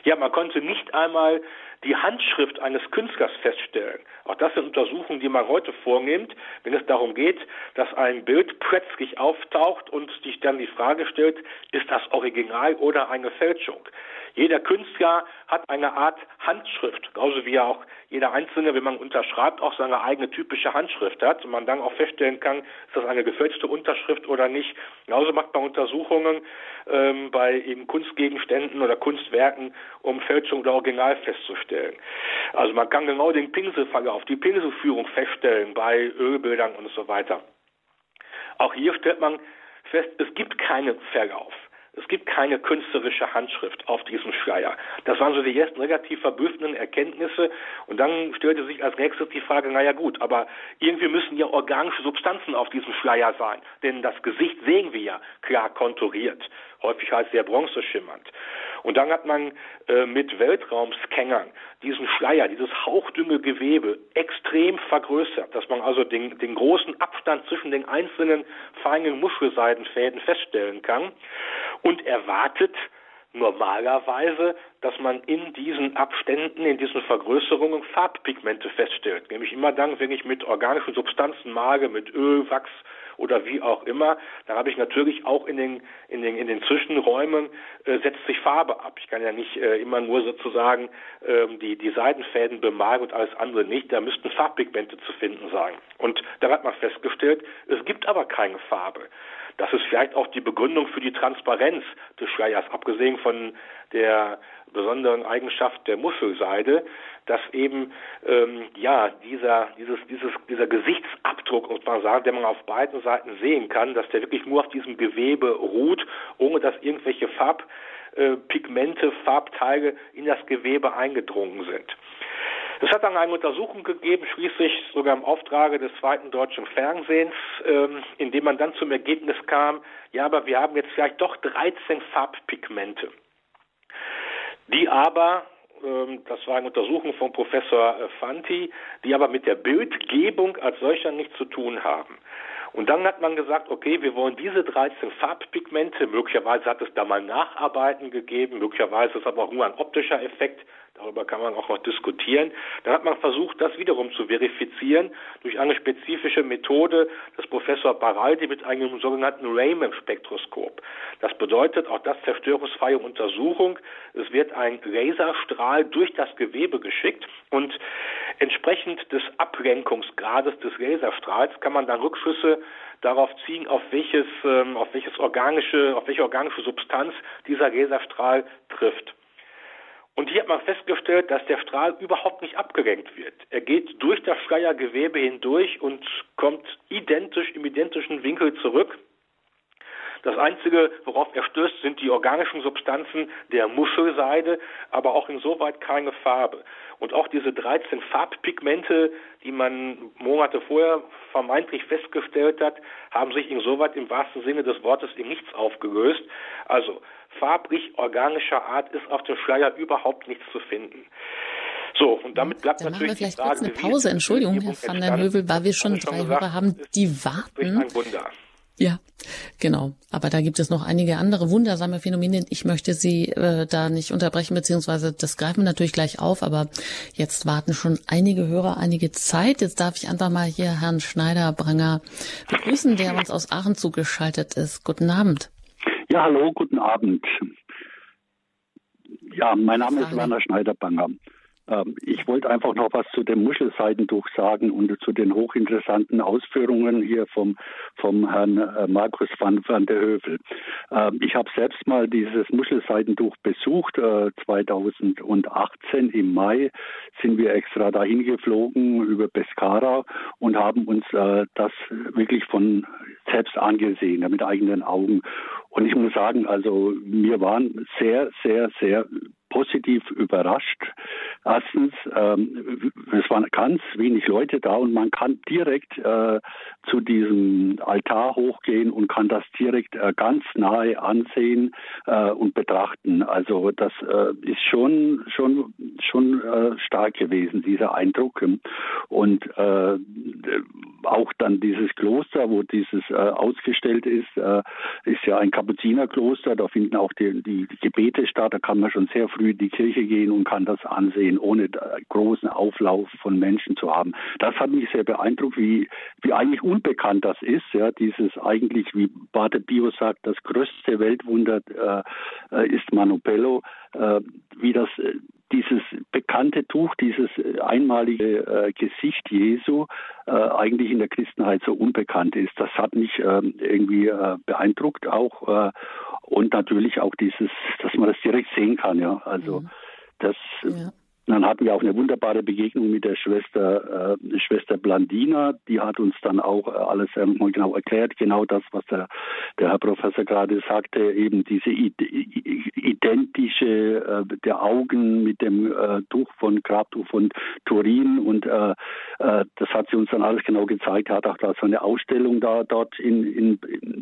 Ja, man konnte nicht einmal die Handschrift eines Künstlers feststellen. Auch das sind Untersuchungen, die man heute vornimmt, wenn es darum geht, dass ein Bild plötzlich auftaucht und sich dann die Frage stellt, ist das Original oder eine Fälschung? Jeder Künstler hat eine Art Handschrift, genauso wie auch jeder Einzelne, wenn man unterschreibt, auch seine eigene typische Handschrift hat und man dann auch feststellen kann, ist das eine gefälschte Unterschrift oder nicht. Genauso macht man Untersuchungen bei eben Kunstgegenständen oder Kunstwerken, um Fälschung oder Original festzustellen. Also man kann genau den Pinselverlauf, die Pinselführung feststellen bei Ölbildern und so weiter. Auch hier stellt man fest, es gibt keinen Verlauf. Es gibt keine künstlerische Handschrift auf diesem Schleier. Das waren so die ersten relativ verblüffenden Erkenntnisse. Und dann stellte sich als nächstes die Frage, naja gut, aber irgendwie müssen ja organische Substanzen auf diesem Schleier sein. Denn das Gesicht sehen wir ja klar konturiert, häufig halt sehr bronzeschimmernd. Und dann hat man mit Weltraumscannern diesen Schleier, dieses hauchdünne Gewebe extrem vergrößert, dass man also den großen Abstand zwischen den einzelnen feinen Muschelseidenfäden feststellen kann und erwartet normalerweise, dass man in diesen Abständen, in diesen Vergrößerungen Farbpigmente feststellt. Nämlich immer dann, wenn ich mit organischen Substanzen male, mit Öl, Wachs oder wie auch immer, dann habe ich natürlich auch in den Zwischenräumen setzt sich Farbe ab. Ich kann ja nicht immer nur sozusagen die Seidenfäden bemalen und alles andere nicht. Da müssten Farbpigmente zu finden sein. Und da hat man festgestellt, es gibt aber keine Farbe. Das ist vielleicht auch die Begründung für die Transparenz des Schleiers, abgesehen von der besonderen Eigenschaft der Muschelseide, dass eben dieser Gesichtsabdruck, muss man sagen, den man auf beiden Seiten sehen kann, dass der wirklich nur auf diesem Gewebe ruht, ohne dass irgendwelche Farbpigmente, Farbteile in das Gewebe eingedrungen sind. Es hat dann eine Untersuchung gegeben, schließlich sogar im Auftrage des Zweiten Deutschen Fernsehens, in dem man dann zum Ergebnis kam, ja, aber wir haben jetzt vielleicht doch 13 Farbpigmente, die aber, das war eine Untersuchung von Professor Fanti, die aber mit der Bildgebung als solcher nichts zu tun haben. Und dann hat man gesagt, okay, wir wollen diese 13 Farbpigmente, möglicherweise hat es da mal Nacharbeiten gegeben, möglicherweise ist es aber auch nur ein optischer Effekt, darüber kann man auch noch diskutieren. Dann hat man versucht, das wiederum zu verifizieren durch eine spezifische Methode des Professor Baraldi mit einem sogenannten Raman-Spektroskop. Das bedeutet, auch das zerstörungsfreie Untersuchung, es wird ein Laserstrahl durch das Gewebe geschickt und entsprechend des Ablenkungsgrades des Laserstrahls kann man dann Rückschlüsse darauf ziehen, auf welche organische Substanz dieser Laserstrahl trifft. Und hier hat man festgestellt, dass der Strahl überhaupt nicht abgelenkt wird. Er geht durch das Schleiergewebe hindurch und kommt im identischen Winkel zurück. Das Einzige, worauf er stößt, sind die organischen Substanzen der Muschelseide, aber auch insoweit keine Farbe. Und auch diese 13 Farbpigmente, die man Monate vorher vermeintlich festgestellt hat, haben sich insoweit im wahrsten Sinne des Wortes in nichts aufgelöst. Also farblich organischer Art ist auf dem Schleier überhaupt nichts zu finden. So, und damit bleibt dann natürlich machen wir vielleicht die Frage, kurz eine Pause. Entschuldigung, Herr van der Hövel, weil wir schon 3 Hörer haben, die warten. Ein Wunder. Ja, genau. Aber da gibt es noch einige andere wundersame Phänomene. Ich möchte Sie da nicht unterbrechen, beziehungsweise das greifen wir natürlich gleich auf. Aber jetzt warten schon einige Hörer einige Zeit. Jetzt darf ich einfach mal hier Herrn Schneider-Branger begrüßen, der uns aus Aachen zugeschaltet ist. Guten Abend. Ja, hallo, guten Abend. Ja, mein Name ist Werner Schneider-Branger. Ich wollte einfach noch was zu dem Muschelseidentuch sagen und zu den hochinteressanten Ausführungen hier vom Herrn Markus van der Hövel. Ich habe selbst mal dieses Muschelseidentuch besucht. 2018 im Mai sind wir extra dahin geflogen über Pescara und haben uns das wirklich von selbst angesehen, mit eigenen Augen. Und ich muss sagen, also wir waren sehr, sehr, sehr positiv überrascht. Erstens, es waren ganz wenig Leute da und man kann direkt zu diesem Altar hochgehen und kann das direkt ganz nahe ansehen und betrachten. Also das ist schon stark gewesen, dieser Eindruck. Und auch dann dieses Kloster, wo dieses ausgestellt ist ja ein Kapuzinerkloster. Da finden auch die Gebete statt. Da kann man schon sehr früh in die Kirche gehen und kann das ansehen, ohne großen Auflauf von Menschen zu haben. Das hat mich sehr beeindruckt, wie eigentlich unbekannt das ist. Ja, dieses eigentlich, wie Pater Pio sagt, das größte Weltwunder ist Manopello, wie das dieses bekannte Tuch, dieses einmalige Gesicht Jesu eigentlich in der Christenheit so unbekannt ist. Das hat mich irgendwie beeindruckt auch und natürlich auch dass man das direkt sehen kann. Ja, also das. Ja. Dann hatten wir auch eine wunderbare Begegnung mit der Schwester Blandina. Die hat uns dann auch alles nochmal genau erklärt. Genau das, was der Herr Professor gerade sagte, eben diese identische der Augen mit dem Grabtuch von Turin. Und das hat sie uns dann alles genau gezeigt. Hat auch da so eine Ausstellung dort in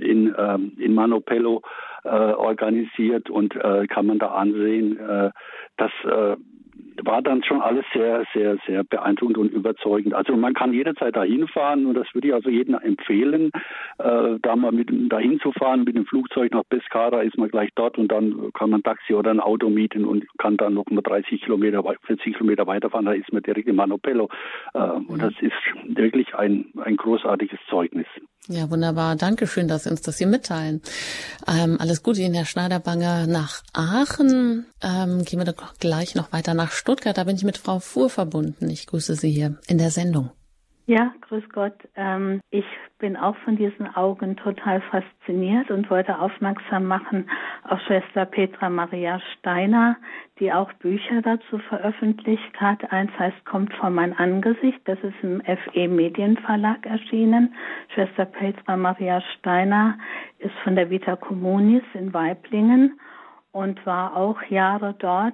Manopello organisiert und kann man da ansehen, dass war dann schon alles sehr, sehr, sehr beeindruckend und überzeugend. Also man kann jederzeit da hinfahren und das würde ich also jedem empfehlen, da mal dahin zu fahren. Mit dem Flugzeug nach Pescara ist man gleich dort und dann kann man ein Taxi oder ein Auto mieten und kann dann noch mal 40 Kilometer weiterfahren. Da ist man direkt in Manopello. Und das ist wirklich ein großartiges Zeugnis. Ja, wunderbar. Dankeschön, dass Sie uns das hier mitteilen. Alles Gute Ihnen, Herr Schneiderbanger, nach Aachen. Gehen wir doch gleich noch weiter nach Stuttgart. Da bin ich mit Frau Fuhr verbunden. Ich grüße Sie hier in der Sendung. Ja, grüß Gott. Ich bin auch von diesen Augen total fasziniert und wollte aufmerksam machen auf Schwester Petra Maria Steiner, die auch Bücher dazu veröffentlicht hat. Eins heißt Kommt vor mein Angesicht, das ist im FE Medienverlag erschienen. Schwester Petra Maria Steiner ist von der Vita Communis in Waiblingen und war auch Jahre dort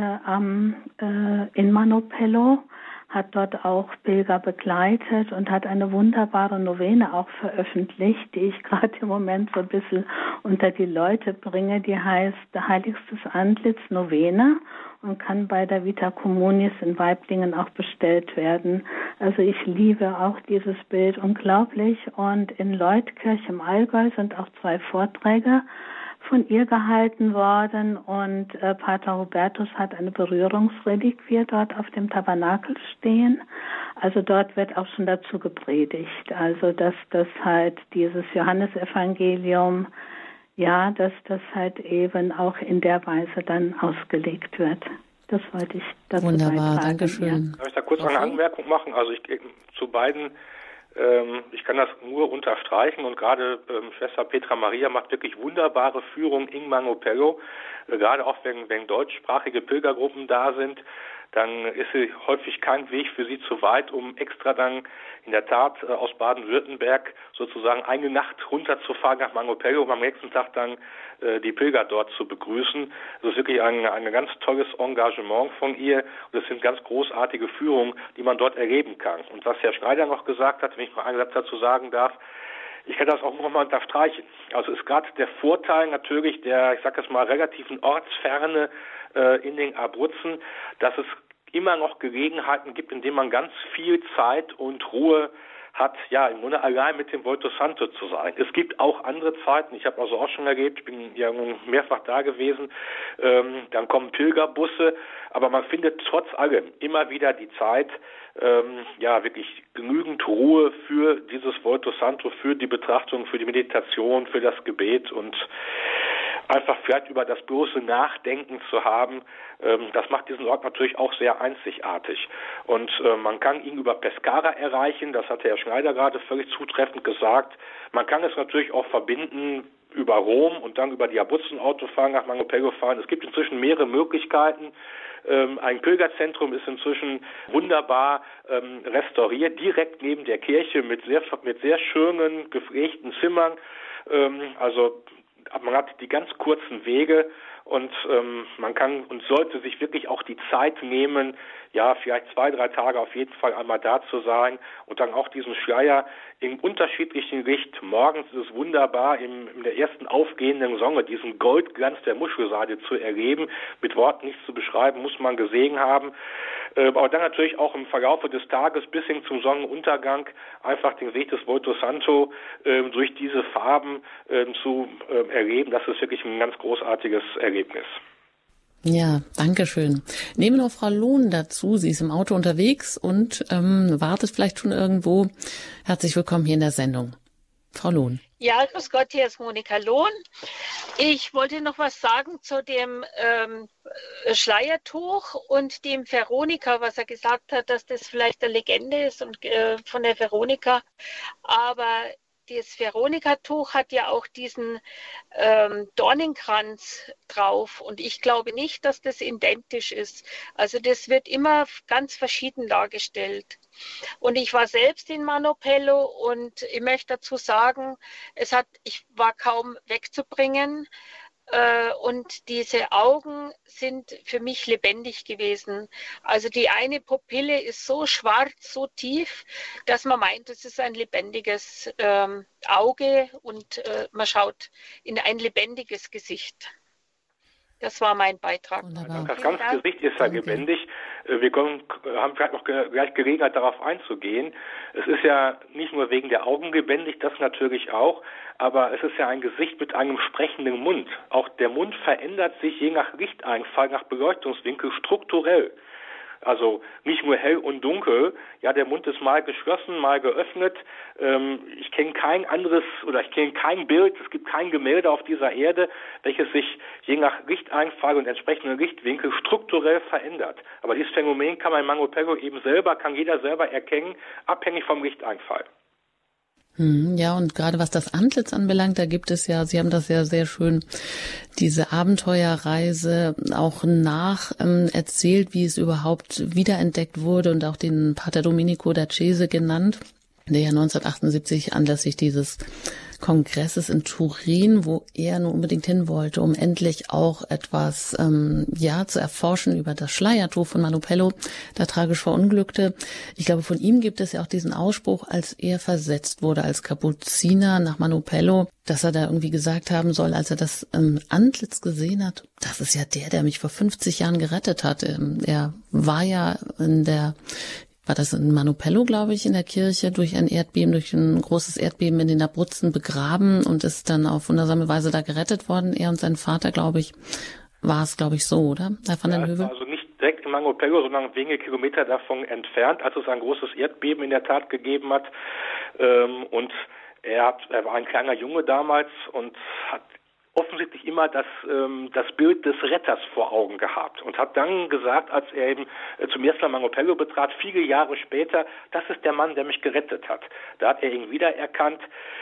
in Manopello, hat dort auch Pilger begleitet und hat eine wunderbare Novene auch veröffentlicht, die ich gerade im Moment so ein bisschen unter die Leute bringe. Die heißt Heiligstes Antlitz Novene und kann bei der Vita Communis in Waiblingen auch bestellt werden. Also ich liebe auch dieses Bild unglaublich. Und in Leutkirch im Allgäu sind auch 2 Vorträge von ihr gehalten worden und Pater Hubertus hat eine Berührungsreliquie dort auf dem Tabernakel stehen. Also dort wird auch schon dazu gepredigt. Also dass das halt dieses Johannesevangelium, ja, dass das halt eben auch in der Weise dann ausgelegt wird. Das wollte ich dazu Wunderbar, danke schön. Darf ich da kurz eine Anmerkung machen? Also ich zu beiden. Ich kann das nur unterstreichen und gerade Schwester Petra Maria macht wirklich wunderbare Führungen in Manopello, gerade auch wenn deutschsprachige Pilgergruppen da sind, dann ist häufig kein Weg für sie zu weit, um extra dann in der Tat aus Baden-Württemberg sozusagen eine Nacht runterzufahren nach Manopello, um am nächsten Tag dann die Pilger dort zu begrüßen. Das ist wirklich ein ganz tolles Engagement von ihr und es sind ganz großartige Führungen, die man dort erleben kann. Und was Herr Schneider noch gesagt hat, wenn ich noch einen Satz dazu sagen darf, ich kann das auch nochmal unterstreichen. Also ist gerade der Vorteil natürlich der, ich sage jetzt mal, relativen Ortsferne in den Abruzzen, dass es immer noch Gelegenheiten gibt, in denen man ganz viel Zeit und Ruhe hat, ja, im Grunde allein mit dem Volto Santo zu sein. Es gibt auch andere Zeiten, ich habe also auch schon erlebt, ich bin ja nun mehrfach da gewesen, dann kommen Pilgerbusse, aber man findet trotz allem immer wieder die Zeit, ja, wirklich genügend Ruhe für dieses Volto Santo, für die Betrachtung, für die Meditation, für das Gebet und einfach vielleicht über das bloße Nachdenken zu haben, das macht diesen Ort natürlich auch sehr einzigartig. Und man kann ihn über Pescara erreichen, das hat Herr Schneider gerade völlig zutreffend gesagt. Man kann es natürlich auch verbinden über Rom und dann über die Abruzzen-Autofahren nach Manopello fahren. Es gibt inzwischen mehrere Möglichkeiten. Ein Pilgerzentrum ist inzwischen wunderbar restauriert, direkt neben der Kirche mit sehr schönen, gepflegten Zimmern. Also man hat die ganz kurzen Wege und man kann und sollte sich wirklich auch die Zeit nehmen, ja, vielleicht 2-3 Tage auf jeden Fall einmal da zu sein und dann auch diesen Schleier in unterschiedlichen Licht. Morgens ist es wunderbar, in der ersten aufgehenden Sonne diesen Goldglanz der Muschelseide zu erleben. Mit Worten nicht zu beschreiben, muss man gesehen haben. aber dann natürlich auch im Verlaufe des Tages bis hin zum Sonnenuntergang einfach den Weg des Volto Santo durch diese Farben zu erleben. Das ist wirklich ein ganz großartiges Erlebnis. Ja, danke schön. Nehmen wir noch Frau Lohn dazu. Sie ist im Auto unterwegs und wartet vielleicht schon irgendwo. Herzlich willkommen hier in der Sendung. Frau Lohn. Ja, grüß Gott, hier ist Monika Lohn. Ich wollte noch was sagen zu dem Schleiertuch und dem Veronika, was er gesagt hat, dass das vielleicht eine Legende ist und von der Veronika. Aber das Veronika-Tuch hat ja auch diesen Dornenkranz drauf und ich glaube nicht, dass das identisch ist. Also das wird immer ganz verschieden dargestellt. Und ich war selbst in Manopello und ich möchte dazu sagen, ich war kaum wegzubringen. Und diese Augen sind für mich lebendig gewesen. Also die eine Pupille ist so schwarz, so tief, dass man meint, es ist ein lebendiges Auge und man schaut in ein lebendiges Gesicht. Das war mein Beitrag. Wunderbar. Das ganze Gesicht ist ja lebendig. Wir haben vielleicht noch gleich Gelegenheit, darauf einzugehen. Es ist ja nicht nur wegen der Augen lebendig, das natürlich auch, aber es ist ja ein Gesicht mit einem sprechenden Mund. Auch der Mund verändert sich je nach Lichteinfall, nach Beleuchtungswinkel strukturell. Also nicht nur hell und dunkel. Ja, der Mund ist mal geschlossen, mal geöffnet. Ich kenne kein Bild, es gibt kein Gemälde auf dieser Erde, welches sich je nach Lichteinfall und entsprechenden Lichtwinkel strukturell verändert. Aber dieses Phänomen kann jeder selber erkennen, abhängig vom Lichteinfall. Ja, und gerade was das Antlitz anbelangt, da gibt es ja, Sie haben das ja sehr schön, diese Abenteuerreise auch erzählt, wie es überhaupt wiederentdeckt wurde und auch den Pater Domenico da Cese genannt, der ja 1978 anlässlich dieses Kongresses in Turin, wo er nur unbedingt hin wollte, um endlich auch etwas zu erforschen über das Schleiertuch von Manopello, da tragisch verunglückte. Ich glaube, von ihm gibt es ja auch diesen Ausspruch, als er versetzt wurde als Kapuziner nach Manopello, dass er da irgendwie gesagt haben soll, als er das Antlitz gesehen hat, das ist ja der mich vor 50 Jahren gerettet hat. Er war ja war das in Manopello, glaube ich, in der Kirche, durch ein großes Erdbeben in den Abruzzen begraben und ist dann auf wundersame Weise da gerettet worden. Er und sein Vater, glaube ich, war es, so, oder, Herr van den Hövell? Also nicht direkt in Manopello, sondern wenige Kilometer davon entfernt, als es ein großes Erdbeben in der Tat gegeben hat. Und er war ein kleiner Junge damals und hat offensichtlich immer das Bild des Retters vor Augen gehabt und hat dann gesagt, als er eben zum ersten Mal Manopello betrat, viele Jahre später, das ist der Mann, der mich gerettet hat. Da hat er ihn wiedererkannt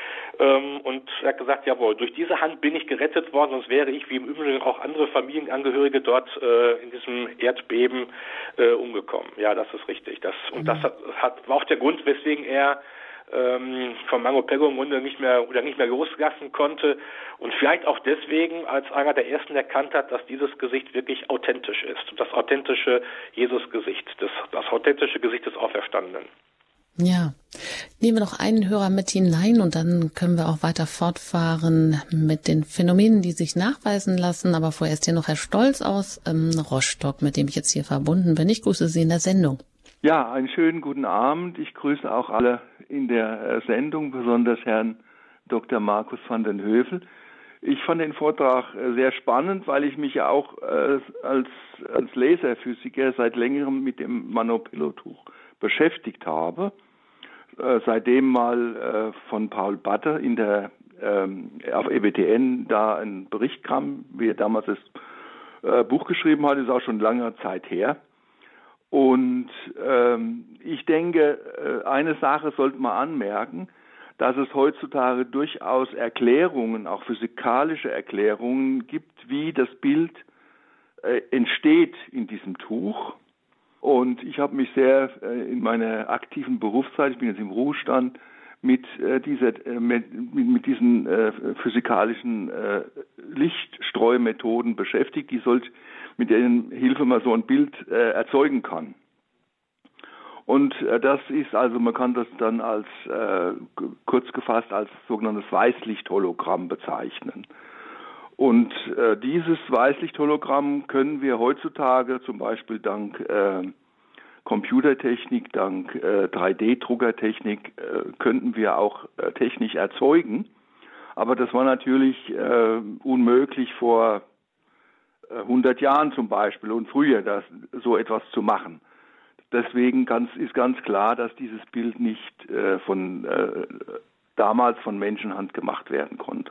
und er hat gesagt, jawohl, durch diese Hand bin ich gerettet worden, sonst wäre ich, wie im Übrigen auch andere Familienangehörige dort in diesem Erdbeben umgekommen. Ja, das ist richtig. Das war auch der Grund, weswegen er von Manopello im Grunde nicht mehr loslassen konnte und vielleicht auch deswegen als einer der ersten erkannt hat, dass dieses Gesicht wirklich authentisch ist und das authentische Jesus-Gesicht, das authentische Gesicht des Auferstandenen. Ja, nehmen wir noch einen Hörer mit hinein und dann können wir auch weiter fortfahren mit den Phänomenen, die sich nachweisen lassen. Aber vorher ist hier noch Herr Stolz aus Rostock, mit dem ich jetzt hier verbunden bin. Ich grüße Sie in der Sendung. Ja, einen schönen guten Abend. Ich grüße auch alle in der Sendung, besonders Herrn Dr. Markus van den Hövell. Ich fand den Vortrag sehr spannend, weil ich mich ja auch als Laserphysiker seit längerem mit dem Manopello-Tuch beschäftigt habe. Seitdem mal von Paul Batte auf EWTN da ein Bericht kam, wie er damals das Buch geschrieben hat, ist auch schon lange Zeit her. Und ich denke, eine Sache sollte man anmerken, dass es heutzutage durchaus Erklärungen, auch physikalische Erklärungen gibt, wie das Bild entsteht in diesem Tuch. Und ich habe mich sehr in meiner aktiven Berufszeit, ich bin jetzt im Ruhestand, mit diesen physikalischen Lichtstreumethoden beschäftigt, mit denen Hilfe man so ein Bild erzeugen kann. Und das ist also, man kann das dann als kurz gefasst als sogenanntes Weißlichthologramm bezeichnen. Und dieses Weißlichthologramm können wir heutzutage zum Beispiel dank Computertechnik, dank 3D-Druckertechnik könnten wir auch technisch erzeugen. Aber das war natürlich unmöglich vor 100 Jahren zum Beispiel und früher, so etwas zu machen. Deswegen ist ganz klar, dass dieses Bild nicht damals von Menschenhand gemacht werden konnte.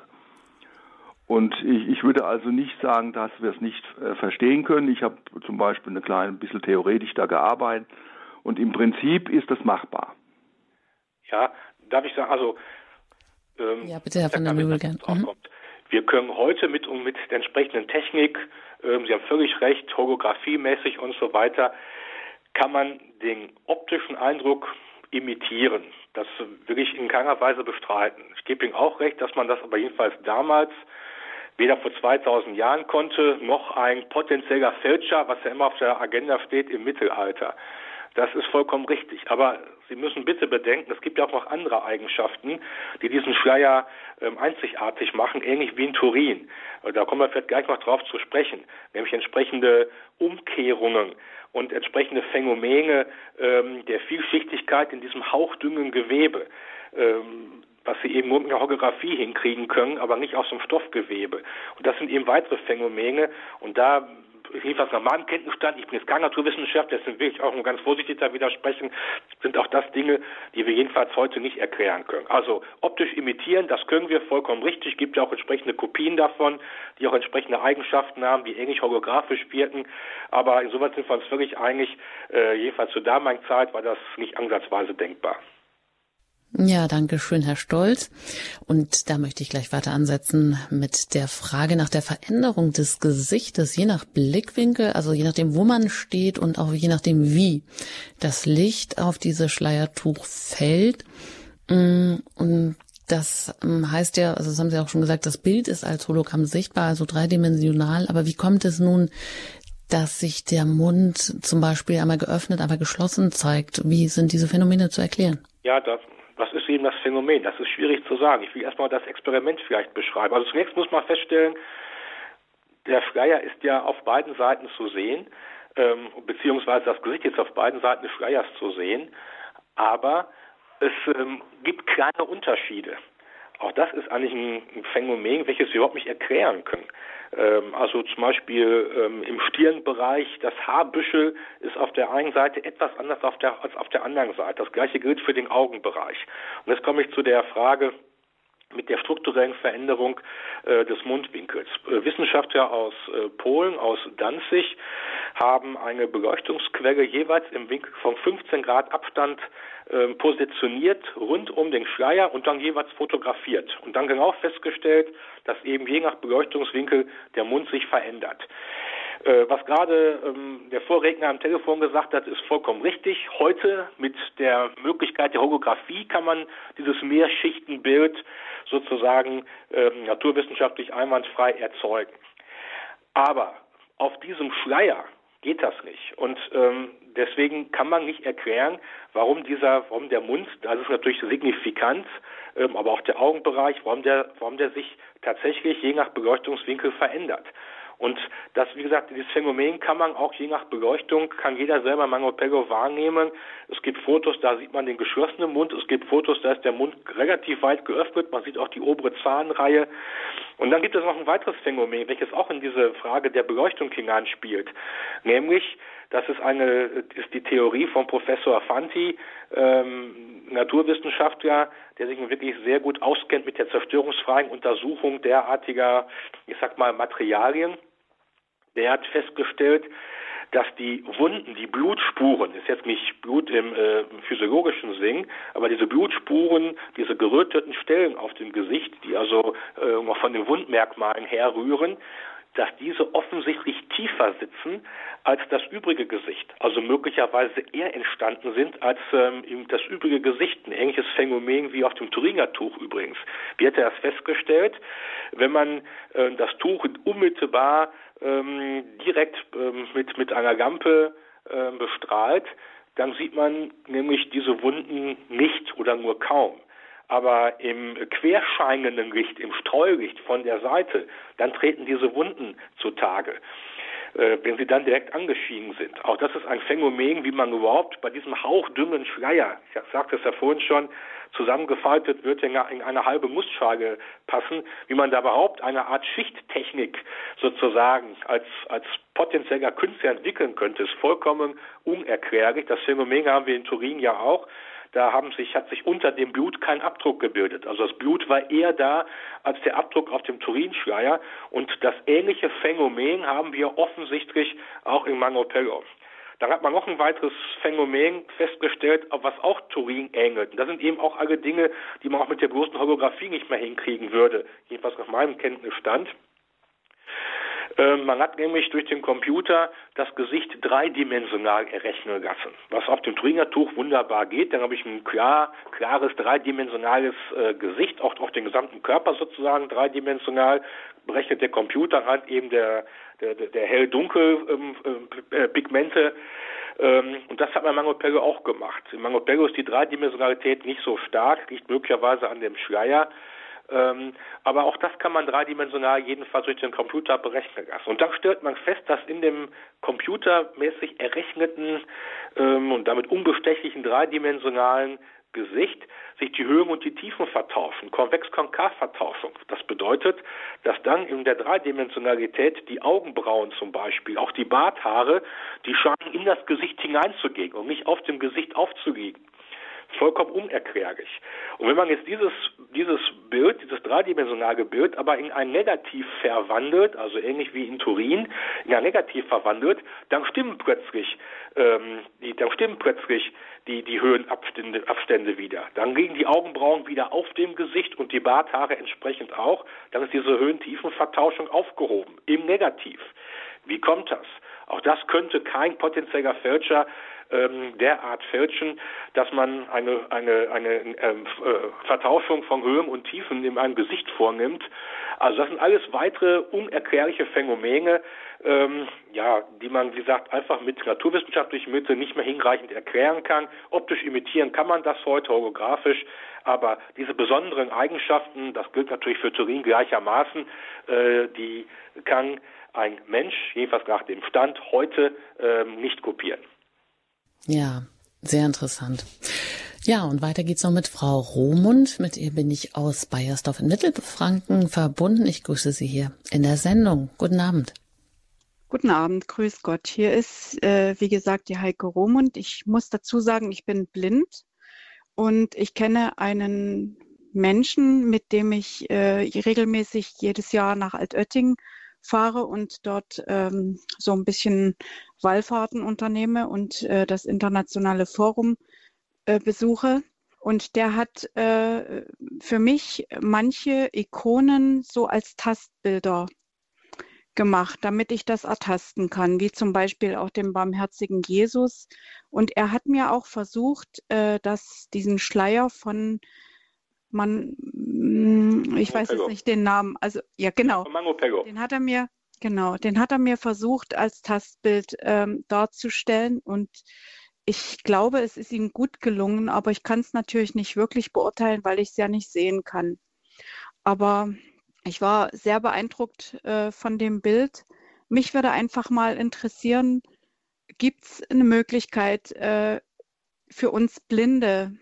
Und ich würde also nicht sagen, dass wir es nicht verstehen können. Ich habe zum Beispiel ein bisschen theoretisch da gearbeitet und im Prinzip ist das machbar. Ja, darf ich sagen, also ja, bitte, Herr von der Möbel, gern. Wir können heute mit der entsprechenden Technik, Sie haben völlig recht, holographiemäßig und so weiter, kann man den optischen Eindruck imitieren. Das will ich in keiner Weise bestreiten. Ich gebe Ihnen auch recht, dass man das aber jedenfalls damals weder vor 2000 Jahren konnte, noch ein potenzieller Fälscher, was ja immer auf der Agenda steht, im Mittelalter. Das ist vollkommen richtig. Aber Sie müssen bitte bedenken, es gibt ja auch noch andere Eigenschaften, die diesen Schleier einzigartig machen, ähnlich wie in Turin. Da kommen wir vielleicht gleich noch drauf zu sprechen, nämlich entsprechende Umkehrungen und entsprechende Phänomene der Vielschichtigkeit in diesem hauchdünnen Gewebe, was sie eben nur mit einer Holographie hinkriegen können, aber nicht aus dem Stoffgewebe. Und das sind eben weitere Phänomene. Und da, jedenfalls nach meinem Kenntnisstand, ich bin jetzt kein Naturwissenschaftler, deswegen will ich auch nur ganz vorsichtig da widersprechen, sind auch das Dinge, die wir jedenfalls heute nicht erklären können. Also optisch imitieren, das können wir vollkommen richtig. Es gibt ja auch entsprechende Kopien davon, die auch entsprechende Eigenschaften haben, die ähnlich holographisch wirken. Aber insoweit sind wir uns wirklich einig, jedenfalls zur damaligen Zeit war das nicht ansatzweise denkbar. Ja, danke schön, Herr Stolz. Und da möchte ich gleich weiter ansetzen mit der Frage nach der Veränderung des Gesichtes, je nach Blickwinkel, also je nachdem, wo man steht und auch je nachdem, wie das Licht auf dieses Schleiertuch fällt. Und das heißt ja, also das haben Sie auch schon gesagt, das Bild ist als Hologramm sichtbar, also dreidimensional. Aber wie kommt es nun, dass sich der Mund zum Beispiel einmal geöffnet, einmal geschlossen zeigt? Wie sind diese Phänomene zu erklären? Ja, was ist eben das Phänomen? Das ist schwierig zu sagen. Ich will erstmal das Experiment vielleicht beschreiben. Also zunächst muss man feststellen, der Schleier ist ja auf beiden Seiten zu sehen, beziehungsweise das Gesicht ist auf beiden Seiten des Schleiers zu sehen, aber es gibt kleine Unterschiede. Auch das ist eigentlich ein Phänomen, welches wir überhaupt nicht erklären können. Also zum Beispiel im Stirnbereich, das Haarbüschel ist auf der einen Seite etwas anders als auf der anderen Seite. Das gleiche gilt für den Augenbereich. Und jetzt komme ich zu der Frage mit der strukturellen Veränderung des Mundwinkels. Wissenschaftler aus Polen, aus Danzig, haben eine Beleuchtungsquelle jeweils im Winkel von 15 Grad Abstand positioniert rund um den Schleier und dann jeweils fotografiert und dann genau festgestellt, dass eben je nach Beleuchtungswinkel der Mund sich verändert. Was gerade der Vorredner am Telefon gesagt hat, ist vollkommen richtig. Heute mit der Möglichkeit der Holographie kann man dieses Mehrschichtenbild sozusagen naturwissenschaftlich einwandfrei erzeugen. Aber auf diesem Schleier geht das nicht. Und deswegen kann man nicht erklären, warum der Mund, das ist natürlich signifikant, aber auch der Augenbereich, warum der sich tatsächlich je nach Beleuchtungswinkel verändert. Und das, wie gesagt, dieses Phänomen kann man auch je nach Beleuchtung, kann jeder selber Manopello wahrnehmen. Es gibt Fotos, da sieht man den geschlossenen Mund. Es gibt Fotos, da ist der Mund relativ weit geöffnet. Man sieht auch die obere Zahnreihe. Und dann gibt es noch ein weiteres Phänomen, welches auch in diese Frage der Beleuchtung hineinspielt. Nämlich, das ist die Theorie von Professor Fanti, Naturwissenschaftler, der sich wirklich sehr gut auskennt mit der zerstörungsfreien Untersuchung derartiger, ich sag mal, Materialien. Der hat festgestellt, dass die Wunden, die Blutspuren, ist jetzt nicht Blut im physiologischen Sinn, aber diese Blutspuren, diese geröteten Stellen auf dem Gesicht, die also noch von den Wundmerkmalen herrühren, dass diese offensichtlich tiefer sitzen als das übrige Gesicht, also möglicherweise eher entstanden sind als das übrige Gesicht. Ein ähnliches Phänomen wie auf dem Turiner Tuch übrigens. Wie hat er das festgestellt? Wenn man das Tuch unmittelbar direkt mit einer Lampe bestrahlt, dann sieht man nämlich diese Wunden nicht oder nur kaum. Aber im querscheinenden Licht, im Streulicht von der Seite, dann treten diese Wunden zutage. wenn sie dann direkt angeschieden sind. Auch das ist ein Phänomen, wie man überhaupt bei diesem hauchdünnen Schleier, ich sagte es ja vorhin schon, zusammengefaltet wird in eine halbe Nussschale passen, wie man da überhaupt eine Art Schichttechnik sozusagen als potenzieller Künstler entwickeln könnte, ist vollkommen unerklärlich. Das Phänomen haben wir in Turin ja auch. Da hat sich unter dem Blut kein Abdruck gebildet. Also das Blut war eher da als der Abdruck auf dem Turin-Schleier. Und das ähnliche Phänomen haben wir offensichtlich auch in Manopello. Dann hat man noch ein weiteres Phänomen festgestellt, auf was auch Turin ähnelt. Und das sind eben auch alle Dinge, die man auch mit der großen Holographie nicht mehr hinkriegen würde, jedenfalls nach meinem Kenntnisstand. Man hat nämlich durch den Computer das Gesicht dreidimensional errechnen lassen, was auf dem Turiner Tuch wunderbar geht. Dann habe ich ein klares dreidimensionales Gesicht, auch auf den gesamten Körper sozusagen dreidimensional, berechnet der Computer halt eben der Hell-Dunkel-Pigmente. Und das hat man in Manopello auch gemacht. In Manopello ist die Dreidimensionalität nicht so stark, liegt möglicherweise an dem Schleier. Aber auch das kann man dreidimensional jedenfalls durch den Computer berechnen lassen. Und dann stellt man fest, dass in dem computermäßig errechneten und damit unbestechlichen dreidimensionalen Gesicht sich die Höhen und die Tiefen vertauschen, Konvex-Konkav-Vertauschung. Das bedeutet, dass dann in der Dreidimensionalität die Augenbrauen zum Beispiel, auch die Barthaare, die scheinen in das Gesicht hineinzugehen und nicht auf dem Gesicht aufzuliegen. Vollkommen unerklärlich. Und wenn man jetzt dieses Bild, dieses dreidimensionale Bild, aber in ein Negativ verwandelt, also ähnlich wie in Turin, in ein Negativ verwandelt, dann stimmen plötzlich die Höhenabstände wieder. Dann liegen die Augenbrauen wieder auf dem Gesicht und die Barthaare entsprechend auch. Dann ist diese Höhen-Tiefen-Vertauschung aufgehoben, im Negativ. Wie kommt das? Auch das könnte kein potenzieller Fälscher derart fälschen, dass man eine Vertauschung von Höhen und Tiefen in einem Gesicht vornimmt. Also das sind alles weitere unerklärliche Phänomene, die man, wie gesagt, einfach mit naturwissenschaftlichen Mitteln nicht mehr hinreichend erklären kann. Optisch imitieren kann man das heute, holographisch, aber diese besonderen Eigenschaften, das gilt natürlich für Turin gleichermaßen, die kann ein Mensch, jedenfalls nach dem Stand heute, nicht kopieren. Ja, sehr interessant. Ja, und weiter geht's noch mit Frau Rohmund. Mit ihr bin ich aus Baiersdorf in Mittelfranken verbunden. Ich grüße Sie hier in der Sendung. Guten Abend. Guten Abend, grüß Gott. Hier ist, wie gesagt, die Heike Rohmund. Ich muss dazu sagen, ich bin blind und ich kenne einen Menschen, mit dem ich regelmäßig jedes Jahr nach Altötting fahre und dort so ein bisschen Wallfahrten unternehme und das internationale Forum besuche. Und der hat für mich manche Ikonen so als Tastbilder gemacht, damit ich das ertasten kann, wie zum Beispiel auch den barmherzigen Jesus. Und er hat mir auch versucht, diesen Schleier von ich weiß jetzt nicht den Namen, also ja genau, den hat er mir versucht als Tastbild darzustellen und ich glaube, es ist ihm gut gelungen, aber ich kann es natürlich nicht wirklich beurteilen, weil ich es ja nicht sehen kann. Aber ich war sehr beeindruckt von dem Bild. Mich würde einfach mal interessieren, gibt es eine Möglichkeit für uns Blinde,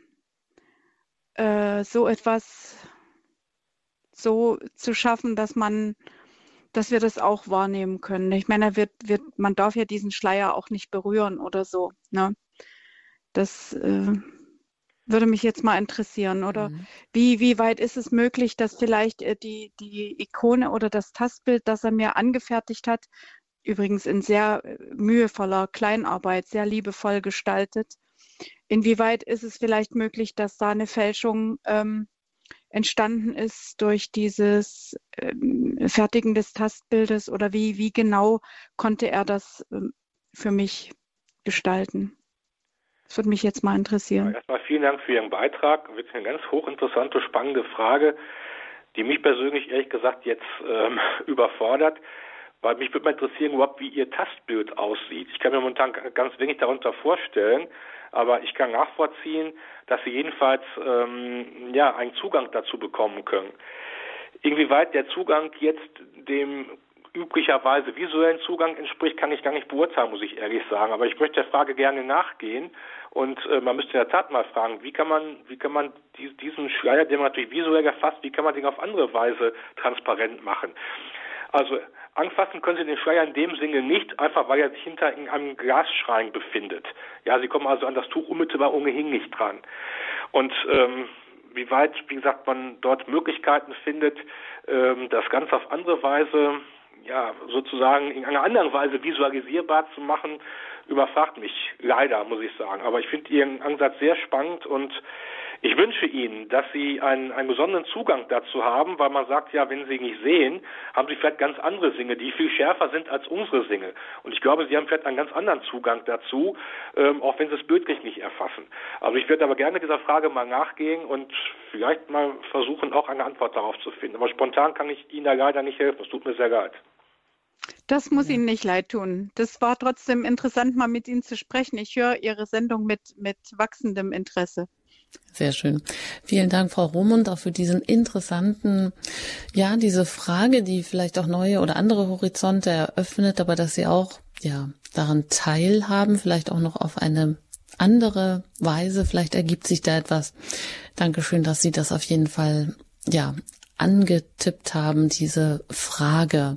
so etwas so zu schaffen, dass wir das auch wahrnehmen können. Ich meine, man darf ja diesen Schleier auch nicht berühren oder so. Ne? Das würde mich jetzt mal interessieren. Oder wie weit ist es möglich, dass vielleicht die Ikone oder das Tastbild, das er mir angefertigt hat, übrigens in sehr mühevoller Kleinarbeit, sehr liebevoll gestaltet, inwieweit ist es vielleicht möglich, dass da eine Fälschung entstanden ist durch dieses Fertigen des Tastbildes oder wie genau konnte er das für mich gestalten? Das würde mich jetzt mal interessieren. Ja, erstmal vielen Dank für Ihren Beitrag. Das ist eine ganz hochinteressante, spannende Frage, die mich persönlich ehrlich gesagt jetzt überfordert. Weil mich würde mal interessieren, überhaupt, wie Ihr Tastbild aussieht. Ich kann mir momentan ganz wenig darunter vorstellen, aber ich kann nachvollziehen, dass Sie jedenfalls einen Zugang dazu bekommen können. Inwieweit der Zugang jetzt dem üblicherweise visuellen Zugang entspricht, kann ich gar nicht beurteilen, muss ich ehrlich sagen. Aber ich möchte der Frage gerne nachgehen und man müsste in der Tat mal fragen, wie kann man diesen Schleier, den man natürlich visuell erfasst, wie kann man den auf andere Weise transparent machen? Also anfassen können Sie den Schleier in dem Sinne nicht, einfach weil er sich hinter einem Glasschrein befindet. Ja, Sie kommen also an das Tuch unmittelbar ohnehin nicht dran. Und wie weit, wie gesagt, man dort Möglichkeiten findet, das Ganze auf andere Weise, ja, sozusagen in einer anderen Weise visualisierbar zu machen, überfragt mich leider, muss ich sagen. Aber ich finde Ihren Ansatz sehr spannend und ich wünsche Ihnen, dass Sie einen besonderen Zugang dazu haben, weil man sagt ja, wenn Sie nicht sehen, haben Sie vielleicht ganz andere Sinne, die viel schärfer sind als unsere Sinne. Und ich glaube, Sie haben vielleicht einen ganz anderen Zugang dazu, auch wenn Sie es bildlich nicht erfassen. Also ich werde aber gerne dieser Frage mal nachgehen und vielleicht mal versuchen, auch eine Antwort darauf zu finden. Aber spontan kann ich Ihnen da leider nicht helfen. Es tut mir sehr leid. Das muss Ihnen nicht leid tun. Das war trotzdem interessant, mal mit Ihnen zu sprechen. Ich höre Ihre Sendung mit wachsendem Interesse. Sehr schön. Vielen Dank, Frau Romund, auch für diesen interessanten, ja, diese Frage, die vielleicht auch neue oder andere Horizonte eröffnet, aber dass Sie auch, ja, daran teilhaben, vielleicht auch noch auf eine andere Weise. Vielleicht ergibt sich da etwas. Dankeschön, dass Sie das auf jeden Fall, ja, angetippt haben, diese Frage.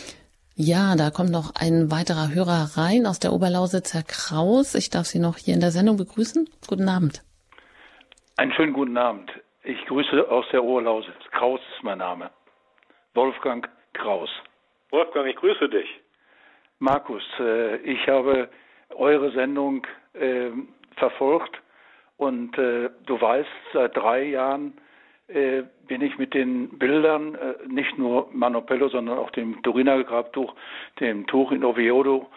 Ja, da kommt noch ein weiterer Hörer rein aus der Oberlausitz, Herr Kraus. Ich darf Sie noch hier in der Sendung begrüßen. Guten Abend. Einen schönen guten Abend. Ich grüße aus der Oberlausitz. Kraus ist mein Name. Wolfgang Kraus. Wolfgang, ich grüße dich. Markus, ich habe eure Sendung verfolgt und du weißt, seit 3 Jahren bin ich mit den Bildern, nicht nur Manopello, sondern auch dem Turiner-Grabtuch, dem Tuch in Oviedo,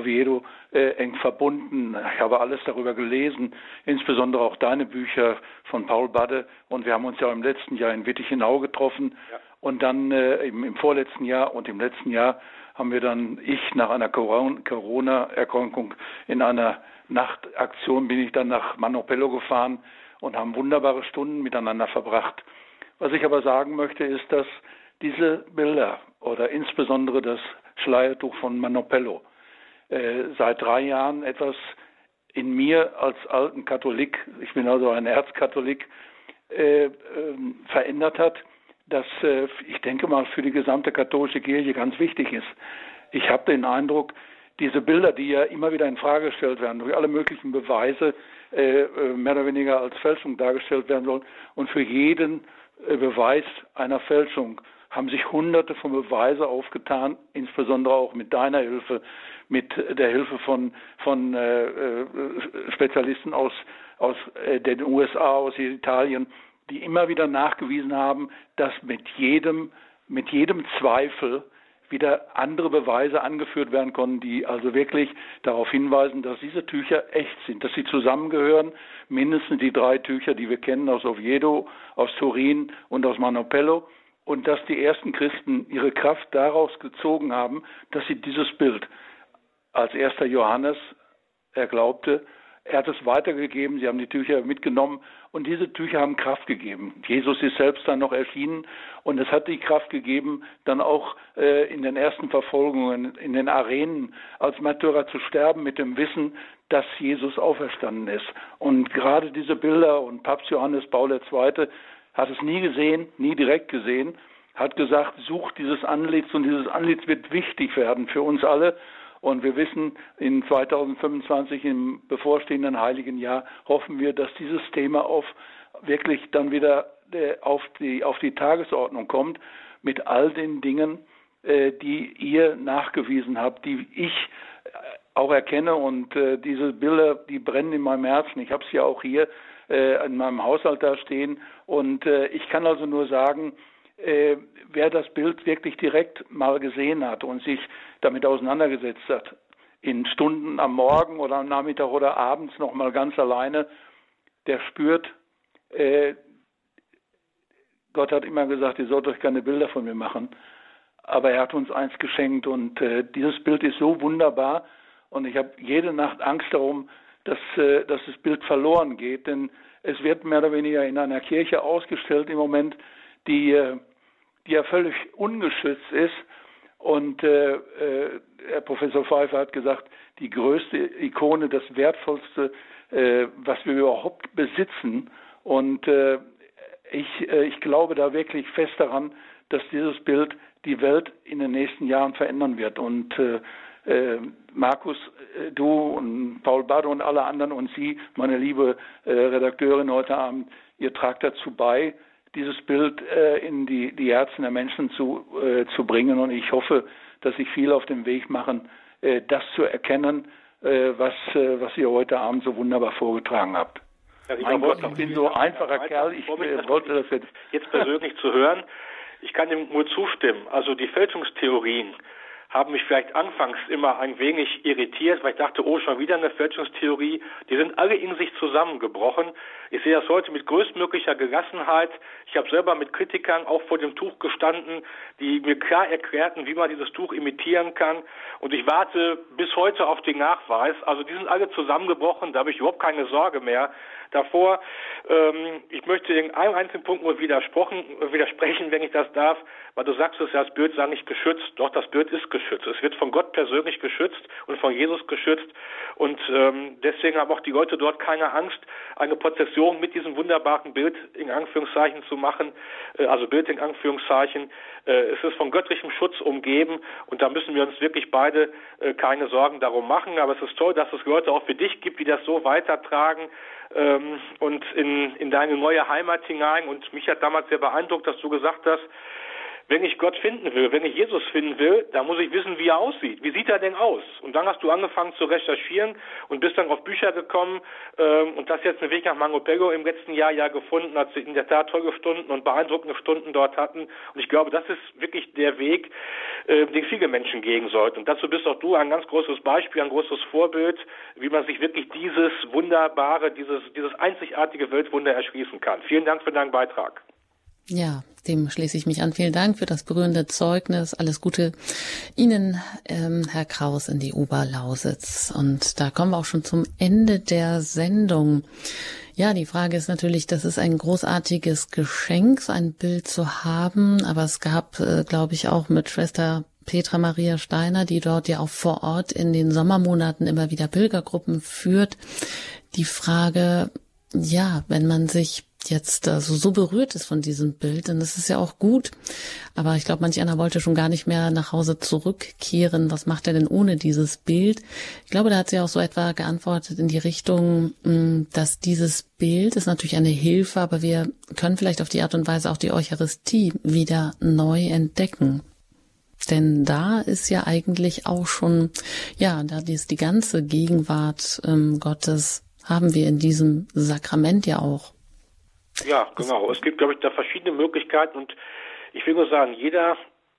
eng verbunden. Ich habe alles darüber gelesen, insbesondere auch deine Bücher von Paul Badde. Und wir haben uns ja im letzten Jahr in Wittichenau getroffen. Ja. Und dann im vorletzten Jahr und im letzten Jahr haben wir dann, nach einer Corona-Erkrankung in einer Nachtaktion bin ich dann nach Manopello gefahren und haben wunderbare Stunden miteinander verbracht. Was ich aber sagen möchte, ist, dass diese Bilder oder insbesondere das Schleiertuch von Manopello seit 3 Jahren etwas in mir als alten Katholik, ich bin also ein Erzkatholik, verändert hat, das, ich denke mal, für die gesamte katholische Kirche ganz wichtig ist. Ich habe den Eindruck, diese Bilder, die ja immer wieder in Frage gestellt werden, durch alle möglichen Beweise mehr oder weniger als Fälschung dargestellt werden sollen. Und für jeden Beweis einer Fälschung haben sich Hunderte von Beweise aufgetan, insbesondere auch mit deiner Hilfe, mit der Hilfe von Spezialisten aus den USA, aus Italien, die immer wieder nachgewiesen haben, dass mit jedem Zweifel wieder andere Beweise angeführt werden konnten, die also wirklich darauf hinweisen, dass diese Tücher echt sind, dass sie zusammengehören, mindestens die 3 Tücher, die wir kennen aus Oviedo, aus Turin und aus Manopello, und dass die ersten Christen ihre Kraft daraus gezogen haben, dass sie dieses Bild als erster Johannes, er glaubte, er hat es weitergegeben, sie haben die Tücher mitgenommen und diese Tücher haben Kraft gegeben. Jesus ist selbst dann noch erschienen und es hat die Kraft gegeben, dann auch in den ersten Verfolgungen, in den Arenen als Märtyrer zu sterben mit dem Wissen, dass Jesus auferstanden ist. Und gerade diese Bilder, und Papst Johannes Paul II. Hat es nie gesehen, nie direkt gesehen, hat gesagt, sucht dieses Antlitz und dieses Antlitz wird wichtig werden für uns alle. Und wir wissen, in 2025, im bevorstehenden Heiligen Jahr, hoffen wir, dass dieses Thema wirklich dann wieder auf die Tagesordnung kommt, mit all den Dingen, die ihr nachgewiesen habt, die ich auch erkenne. Und diese Bilder, die brennen in meinem Herzen. Ich habe es ja auch hier in meinem Haushalt da stehen. Und ich kann also nur sagen, wer das Bild wirklich direkt mal gesehen hat und sich damit auseinandergesetzt hat, in Stunden am Morgen oder am Nachmittag oder abends noch mal ganz alleine, der spürt, Gott hat immer gesagt, ihr sollt euch keine Bilder von mir machen, aber er hat uns eins geschenkt und dieses Bild ist so wunderbar und ich habe jede Nacht Angst darum, dass das Bild verloren geht, denn es wird mehr oder weniger in einer Kirche ausgestellt im Moment, die ja völlig ungeschützt ist Und Herr Professor Pfeiffer hat gesagt, die größte Ikone, das Wertvollste, was wir überhaupt besitzen. Und ich glaube da wirklich fest daran, dass dieses Bild die Welt in den nächsten Jahren verändern wird. Und Markus, du und Paul Badde und alle anderen und Sie, meine liebe Redakteurin heute Abend, ihr tragt dazu bei, dieses Bild in die Herzen der Menschen zu bringen. Und ich hoffe, dass sich viele auf den Weg machen, das zu erkennen, was ihr heute Abend so wunderbar vorgetragen habt. Ja, mein Gott, ich bin so ein einfacher Kerl, ich wollte das jetzt persönlich zu hören. Ich kann dem nur zustimmen. Also die Fälschungstheorien haben mich vielleicht anfangs immer ein wenig irritiert, weil ich dachte, oh, schon wieder eine Fälschungstheorie. Die sind alle in sich zusammengebrochen. Ich sehe das heute mit größtmöglicher Gelassenheit. Ich habe selber mit Kritikern auch vor dem Tuch gestanden, die mir klar erklärten, wie man dieses Tuch imitieren kann. Und ich warte bis heute auf den Nachweis. Also die sind alle zusammengebrochen, da habe ich überhaupt keine Sorge mehr davor. Ich möchte in einem einzelnen Punkt nur widersprechen, wenn ich das darf, weil du sagst, das Bild sei nicht geschützt. Doch, das Bild ist geschützt. Es wird von Gott persönlich geschützt und von Jesus geschützt. Und deswegen haben auch die Leute dort keine Angst, eine Prozession mit diesem wunderbaren Bild in Anführungszeichen zu machen. Also Bild in Anführungszeichen. Es ist von göttlichem Schutz umgeben und da müssen wir uns wirklich beide keine Sorgen darum machen. Aber es ist toll, dass es Leute auch für dich gibt, die das so weitertragen und in deine neue Heimat hinein. Und mich hat damals sehr beeindruckt, dass du gesagt hast, wenn ich Gott finden will, wenn ich Jesus finden will, dann muss ich wissen, wie er aussieht. Wie sieht er denn aus? Und dann hast du angefangen zu recherchieren und bist dann auf Bücher gekommen und hast jetzt einen Weg nach Mangopello im letzten Jahr gefunden, als wir in der Tat tolle Stunden und beeindruckende Stunden dort hatten. Und ich glaube, das ist wirklich der Weg, den viele Menschen gehen sollten. Und dazu bist auch du ein ganz großes Beispiel, ein großes Vorbild, wie man sich wirklich dieses wunderbare, dieses einzigartige Weltwunder erschließen kann. Vielen Dank für deinen Beitrag. Ja, dem schließe ich mich an. Vielen Dank für das berührende Zeugnis. Alles Gute Ihnen, Herr Kraus, in die Oberlausitz. Und da kommen wir auch schon zum Ende der Sendung. Ja, die Frage ist natürlich, das ist ein großartiges Geschenk, so ein Bild zu haben. Aber es gab, glaube ich, auch mit Schwester Petra Maria Steiner, die dort ja auch vor Ort in den Sommermonaten immer wieder Pilgergruppen führt, die Frage, ja, wenn man sich jetzt so berührt ist von diesem Bild, dann ist es ja auch gut. Aber ich glaube, manch einer wollte schon gar nicht mehr nach Hause zurückkehren. Was macht er denn ohne dieses Bild? Ich glaube, da hat sie auch so etwa geantwortet in die Richtung, dass dieses Bild ist natürlich eine Hilfe, aber wir können vielleicht auf die Art und Weise auch die Eucharistie wieder neu entdecken. Denn da ist ja eigentlich auch schon, ja, da ist die ganze Gegenwart Gottes, haben wir in diesem Sakrament ja auch. Ja, genau. Es gibt, glaube ich, da verschiedene Möglichkeiten und ich will nur sagen, jeder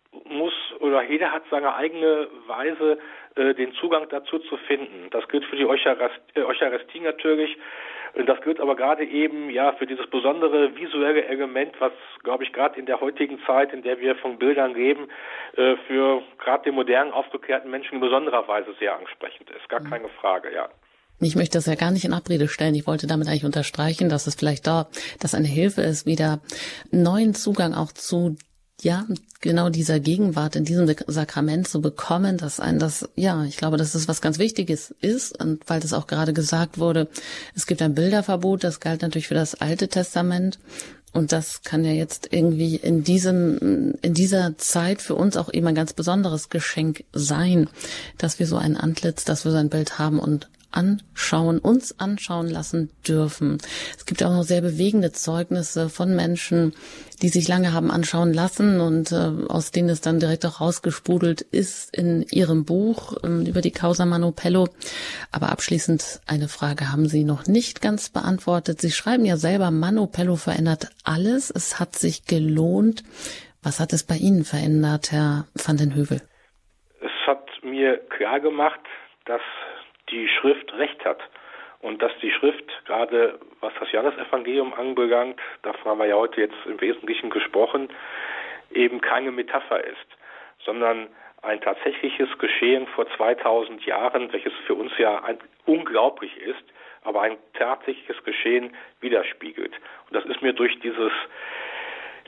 hat seine eigene Weise, den Zugang dazu zu finden. Das gilt für die Eucharistie natürlich. Das gilt aber gerade eben für dieses besondere visuelle Element, was, glaube ich, gerade in der heutigen Zeit, in der wir von Bildern leben, für gerade den modernen, aufgeklärten Menschen in besonderer Weise sehr ansprechend ist. Gar keine Frage, ja. Ich möchte das ja gar nicht in Abrede stellen. Ich wollte damit eigentlich unterstreichen, dass es vielleicht dass eine Hilfe ist, wieder neuen Zugang auch zu, genau dieser Gegenwart in diesem Sakrament zu bekommen, ich glaube, dass es was ganz Wichtiges ist. Und weil das auch gerade gesagt wurde, es gibt ein Bilderverbot, das galt natürlich für das Alte Testament. Und das kann ja jetzt irgendwie in dieser Zeit für uns auch eben ein ganz besonderes Geschenk sein, dass wir so ein Antlitz, dass wir so ein Bild haben und uns anschauen lassen dürfen. Es gibt auch noch sehr bewegende Zeugnisse von Menschen, die sich lange haben anschauen lassen und aus denen es dann direkt auch rausgesprudelt ist in ihrem Buch über die Causa Mano-Pello. Aber abschließend eine Frage haben Sie noch nicht ganz beantwortet. Sie schreiben ja selber, Mano-Pello verändert alles. Es hat sich gelohnt. Was hat es bei Ihnen verändert, Herr van den Heuvel? Es hat mir klar gemacht, dass die Schrift recht hat und dass die Schrift, gerade was das Johannesevangelium anbelangt, davon haben wir ja heute jetzt im Wesentlichen gesprochen, eben keine Metapher ist, sondern ein tatsächliches Geschehen vor 2000 Jahren, welches für uns ja unglaublich ist, aber ein tatsächliches Geschehen widerspiegelt. Und das ist mir durch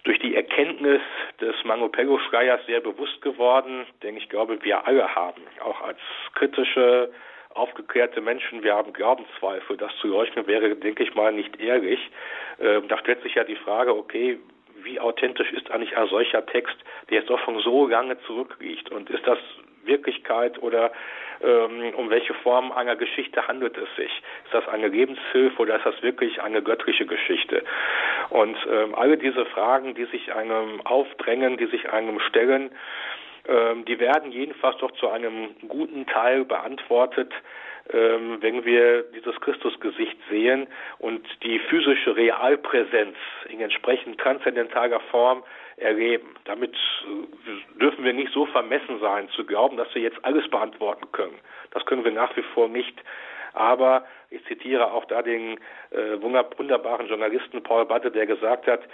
durch die Erkenntnis des Manopello-Schleiers sehr bewusst geworden, denn ich glaube, wir alle haben, auch als kritische, aufgeklärte Menschen, wir haben Glaubenszweifel. Das zu leugnen wäre, denke ich mal, nicht ehrlich. Da stellt sich ja die Frage, okay, wie authentisch ist eigentlich ein solcher Text, der jetzt doch schon so lange zurückliegt? Und ist das Wirklichkeit oder um welche Form einer Geschichte handelt es sich? Ist das eine Lebenshilfe oder ist das wirklich eine göttliche Geschichte? Und alle diese Fragen, die sich einem aufdrängen, die sich einem stellen, die werden jedenfalls doch zu einem guten Teil beantwortet, wenn wir dieses Christusgesicht sehen und die physische Realpräsenz in entsprechend transzendentaler Form erleben. Damit dürfen wir nicht so vermessen sein, zu glauben, dass wir jetzt alles beantworten können. Das können wir nach wie vor nicht. Aber ich zitiere auch da den wunderbaren Journalisten Paul Badde, der gesagt hat,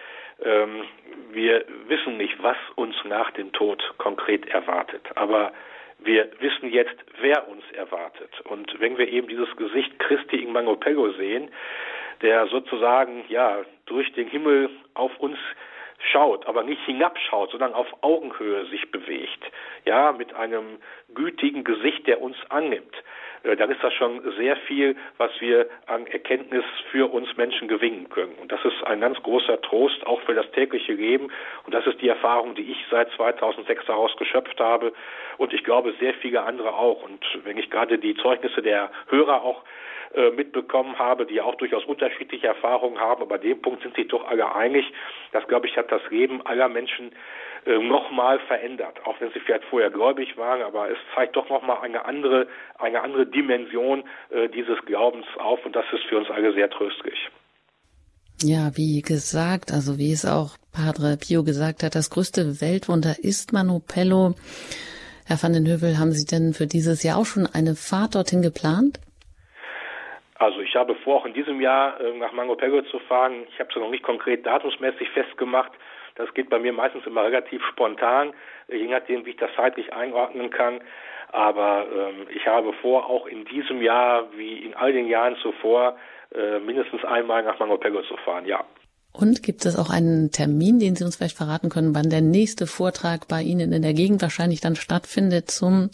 wir wissen nicht, was uns nach dem Tod konkret erwartet. Aber wir wissen jetzt, wer uns erwartet. Und wenn wir eben dieses Gesicht Christi in Manopello sehen, der sozusagen durch den Himmel auf uns schaut, aber nicht hinabschaut, sondern auf Augenhöhe sich bewegt, mit einem gütigen Gesicht, der uns annimmt, dann ist das schon sehr viel, was wir an Erkenntnis für uns Menschen gewinnen können. Und das ist ein ganz großer Trost, auch für das tägliche Leben. Und das ist die Erfahrung, die ich seit 2006 daraus geschöpft habe. Und ich glaube, sehr viele andere auch. Und wenn ich gerade die Zeugnisse der Hörer auch mitbekommen habe, die auch durchaus unterschiedliche Erfahrungen haben, aber bei dem Punkt sind sich doch alle einig. Das, glaube ich, hat das Leben aller Menschen nochmal verändert, auch wenn sie vielleicht vorher gläubig waren, aber es zeigt doch nochmal eine andere Dimension dieses Glaubens auf und das ist für uns alle sehr tröstlich. Ja, wie gesagt, also wie es auch Padre Pio gesagt hat, das größte Weltwunder ist Manopello. Herr van den Hövell, haben Sie denn für dieses Jahr auch schon eine Fahrt dorthin geplant? Also ich habe vor, auch in diesem Jahr nach Manopello zu fahren. Ich habe es noch nicht konkret datumsmäßig festgemacht. Das geht bei mir meistens immer relativ spontan, je nachdem, wie ich das zeitlich einordnen kann. Aber ich habe vor, auch in diesem Jahr, wie in all den Jahren zuvor, mindestens einmal nach Manopello zu fahren, ja. Und gibt es auch einen Termin, den Sie uns vielleicht verraten können, wann der nächste Vortrag bei Ihnen in der Gegend wahrscheinlich dann stattfindet zum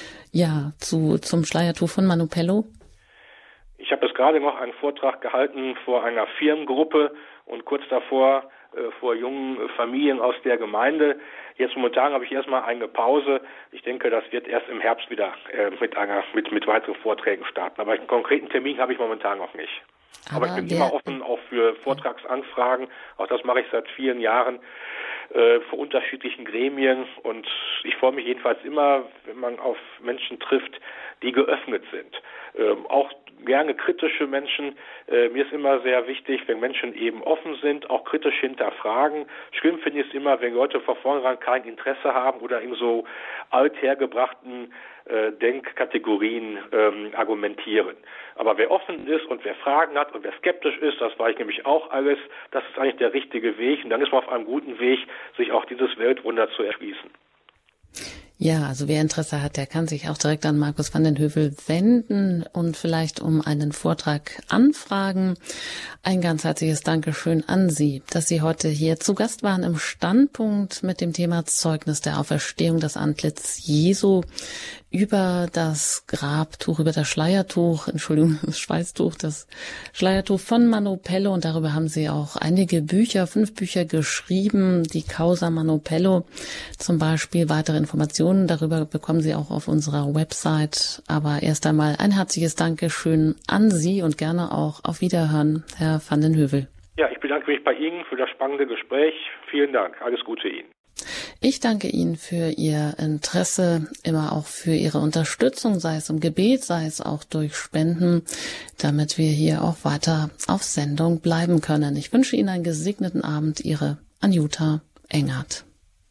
Schleiertuch von Manopello? Ich habe jetzt gerade noch einen Vortrag gehalten vor einer Firmengruppe und kurz davor vor jungen Familien aus der Gemeinde. Jetzt momentan habe ich erstmal eine Pause. Ich denke, das wird erst im Herbst wieder mit weiteren Vorträgen starten. Aber einen konkreten Termin habe ich momentan noch nicht. Aber ich bin immer offen auch für Vortragsanfragen. Auch das mache ich seit vielen Jahren für unterschiedlichen Gremien. Und ich freue mich jedenfalls immer, wenn man auf Menschen trifft, die geöffnet sind. Auch gerne kritische Menschen. Mir ist immer sehr wichtig, wenn Menschen eben offen sind, auch kritisch hinterfragen. Schlimm finde ich es immer, wenn Leute von vornherein kein Interesse haben oder in so althergebrachten Denkkategorien argumentieren. Aber wer offen ist und wer Fragen hat und wer skeptisch ist, das war ich nämlich auch alles, das ist eigentlich der richtige Weg. Und dann ist man auf einem guten Weg, sich auch dieses Weltwunder zu erschließen. Ja, also wer Interesse hat, der kann sich auch direkt an Markus van den Hövell wenden und vielleicht um einen Vortrag anfragen. Ein ganz herzliches Dankeschön an Sie, dass Sie heute hier zu Gast waren im Standpunkt mit dem Thema Zeugnis der Auferstehung, das Antlitz Jesu, über das Grabtuch, über das Schleiertuch, das Schweißtuch, das Schleiertuch von Manopello. Und darüber haben Sie auch einige Bücher, 5 Bücher geschrieben, die Causa Manopello zum Beispiel. Weitere Informationen darüber bekommen Sie auch auf unserer Website. Aber erst einmal ein herzliches Dankeschön an Sie und gerne auch auf Wiederhören, Herr van den Hövell. Ja, ich bedanke mich bei Ihnen für das spannende Gespräch. Vielen Dank. Alles Gute Ihnen. Ich danke Ihnen für Ihr Interesse, immer auch für Ihre Unterstützung, sei es im Gebet, sei es auch durch Spenden, damit wir hier auch weiter auf Sendung bleiben können. Ich wünsche Ihnen einen gesegneten Abend. Ihre Anjuta Engert.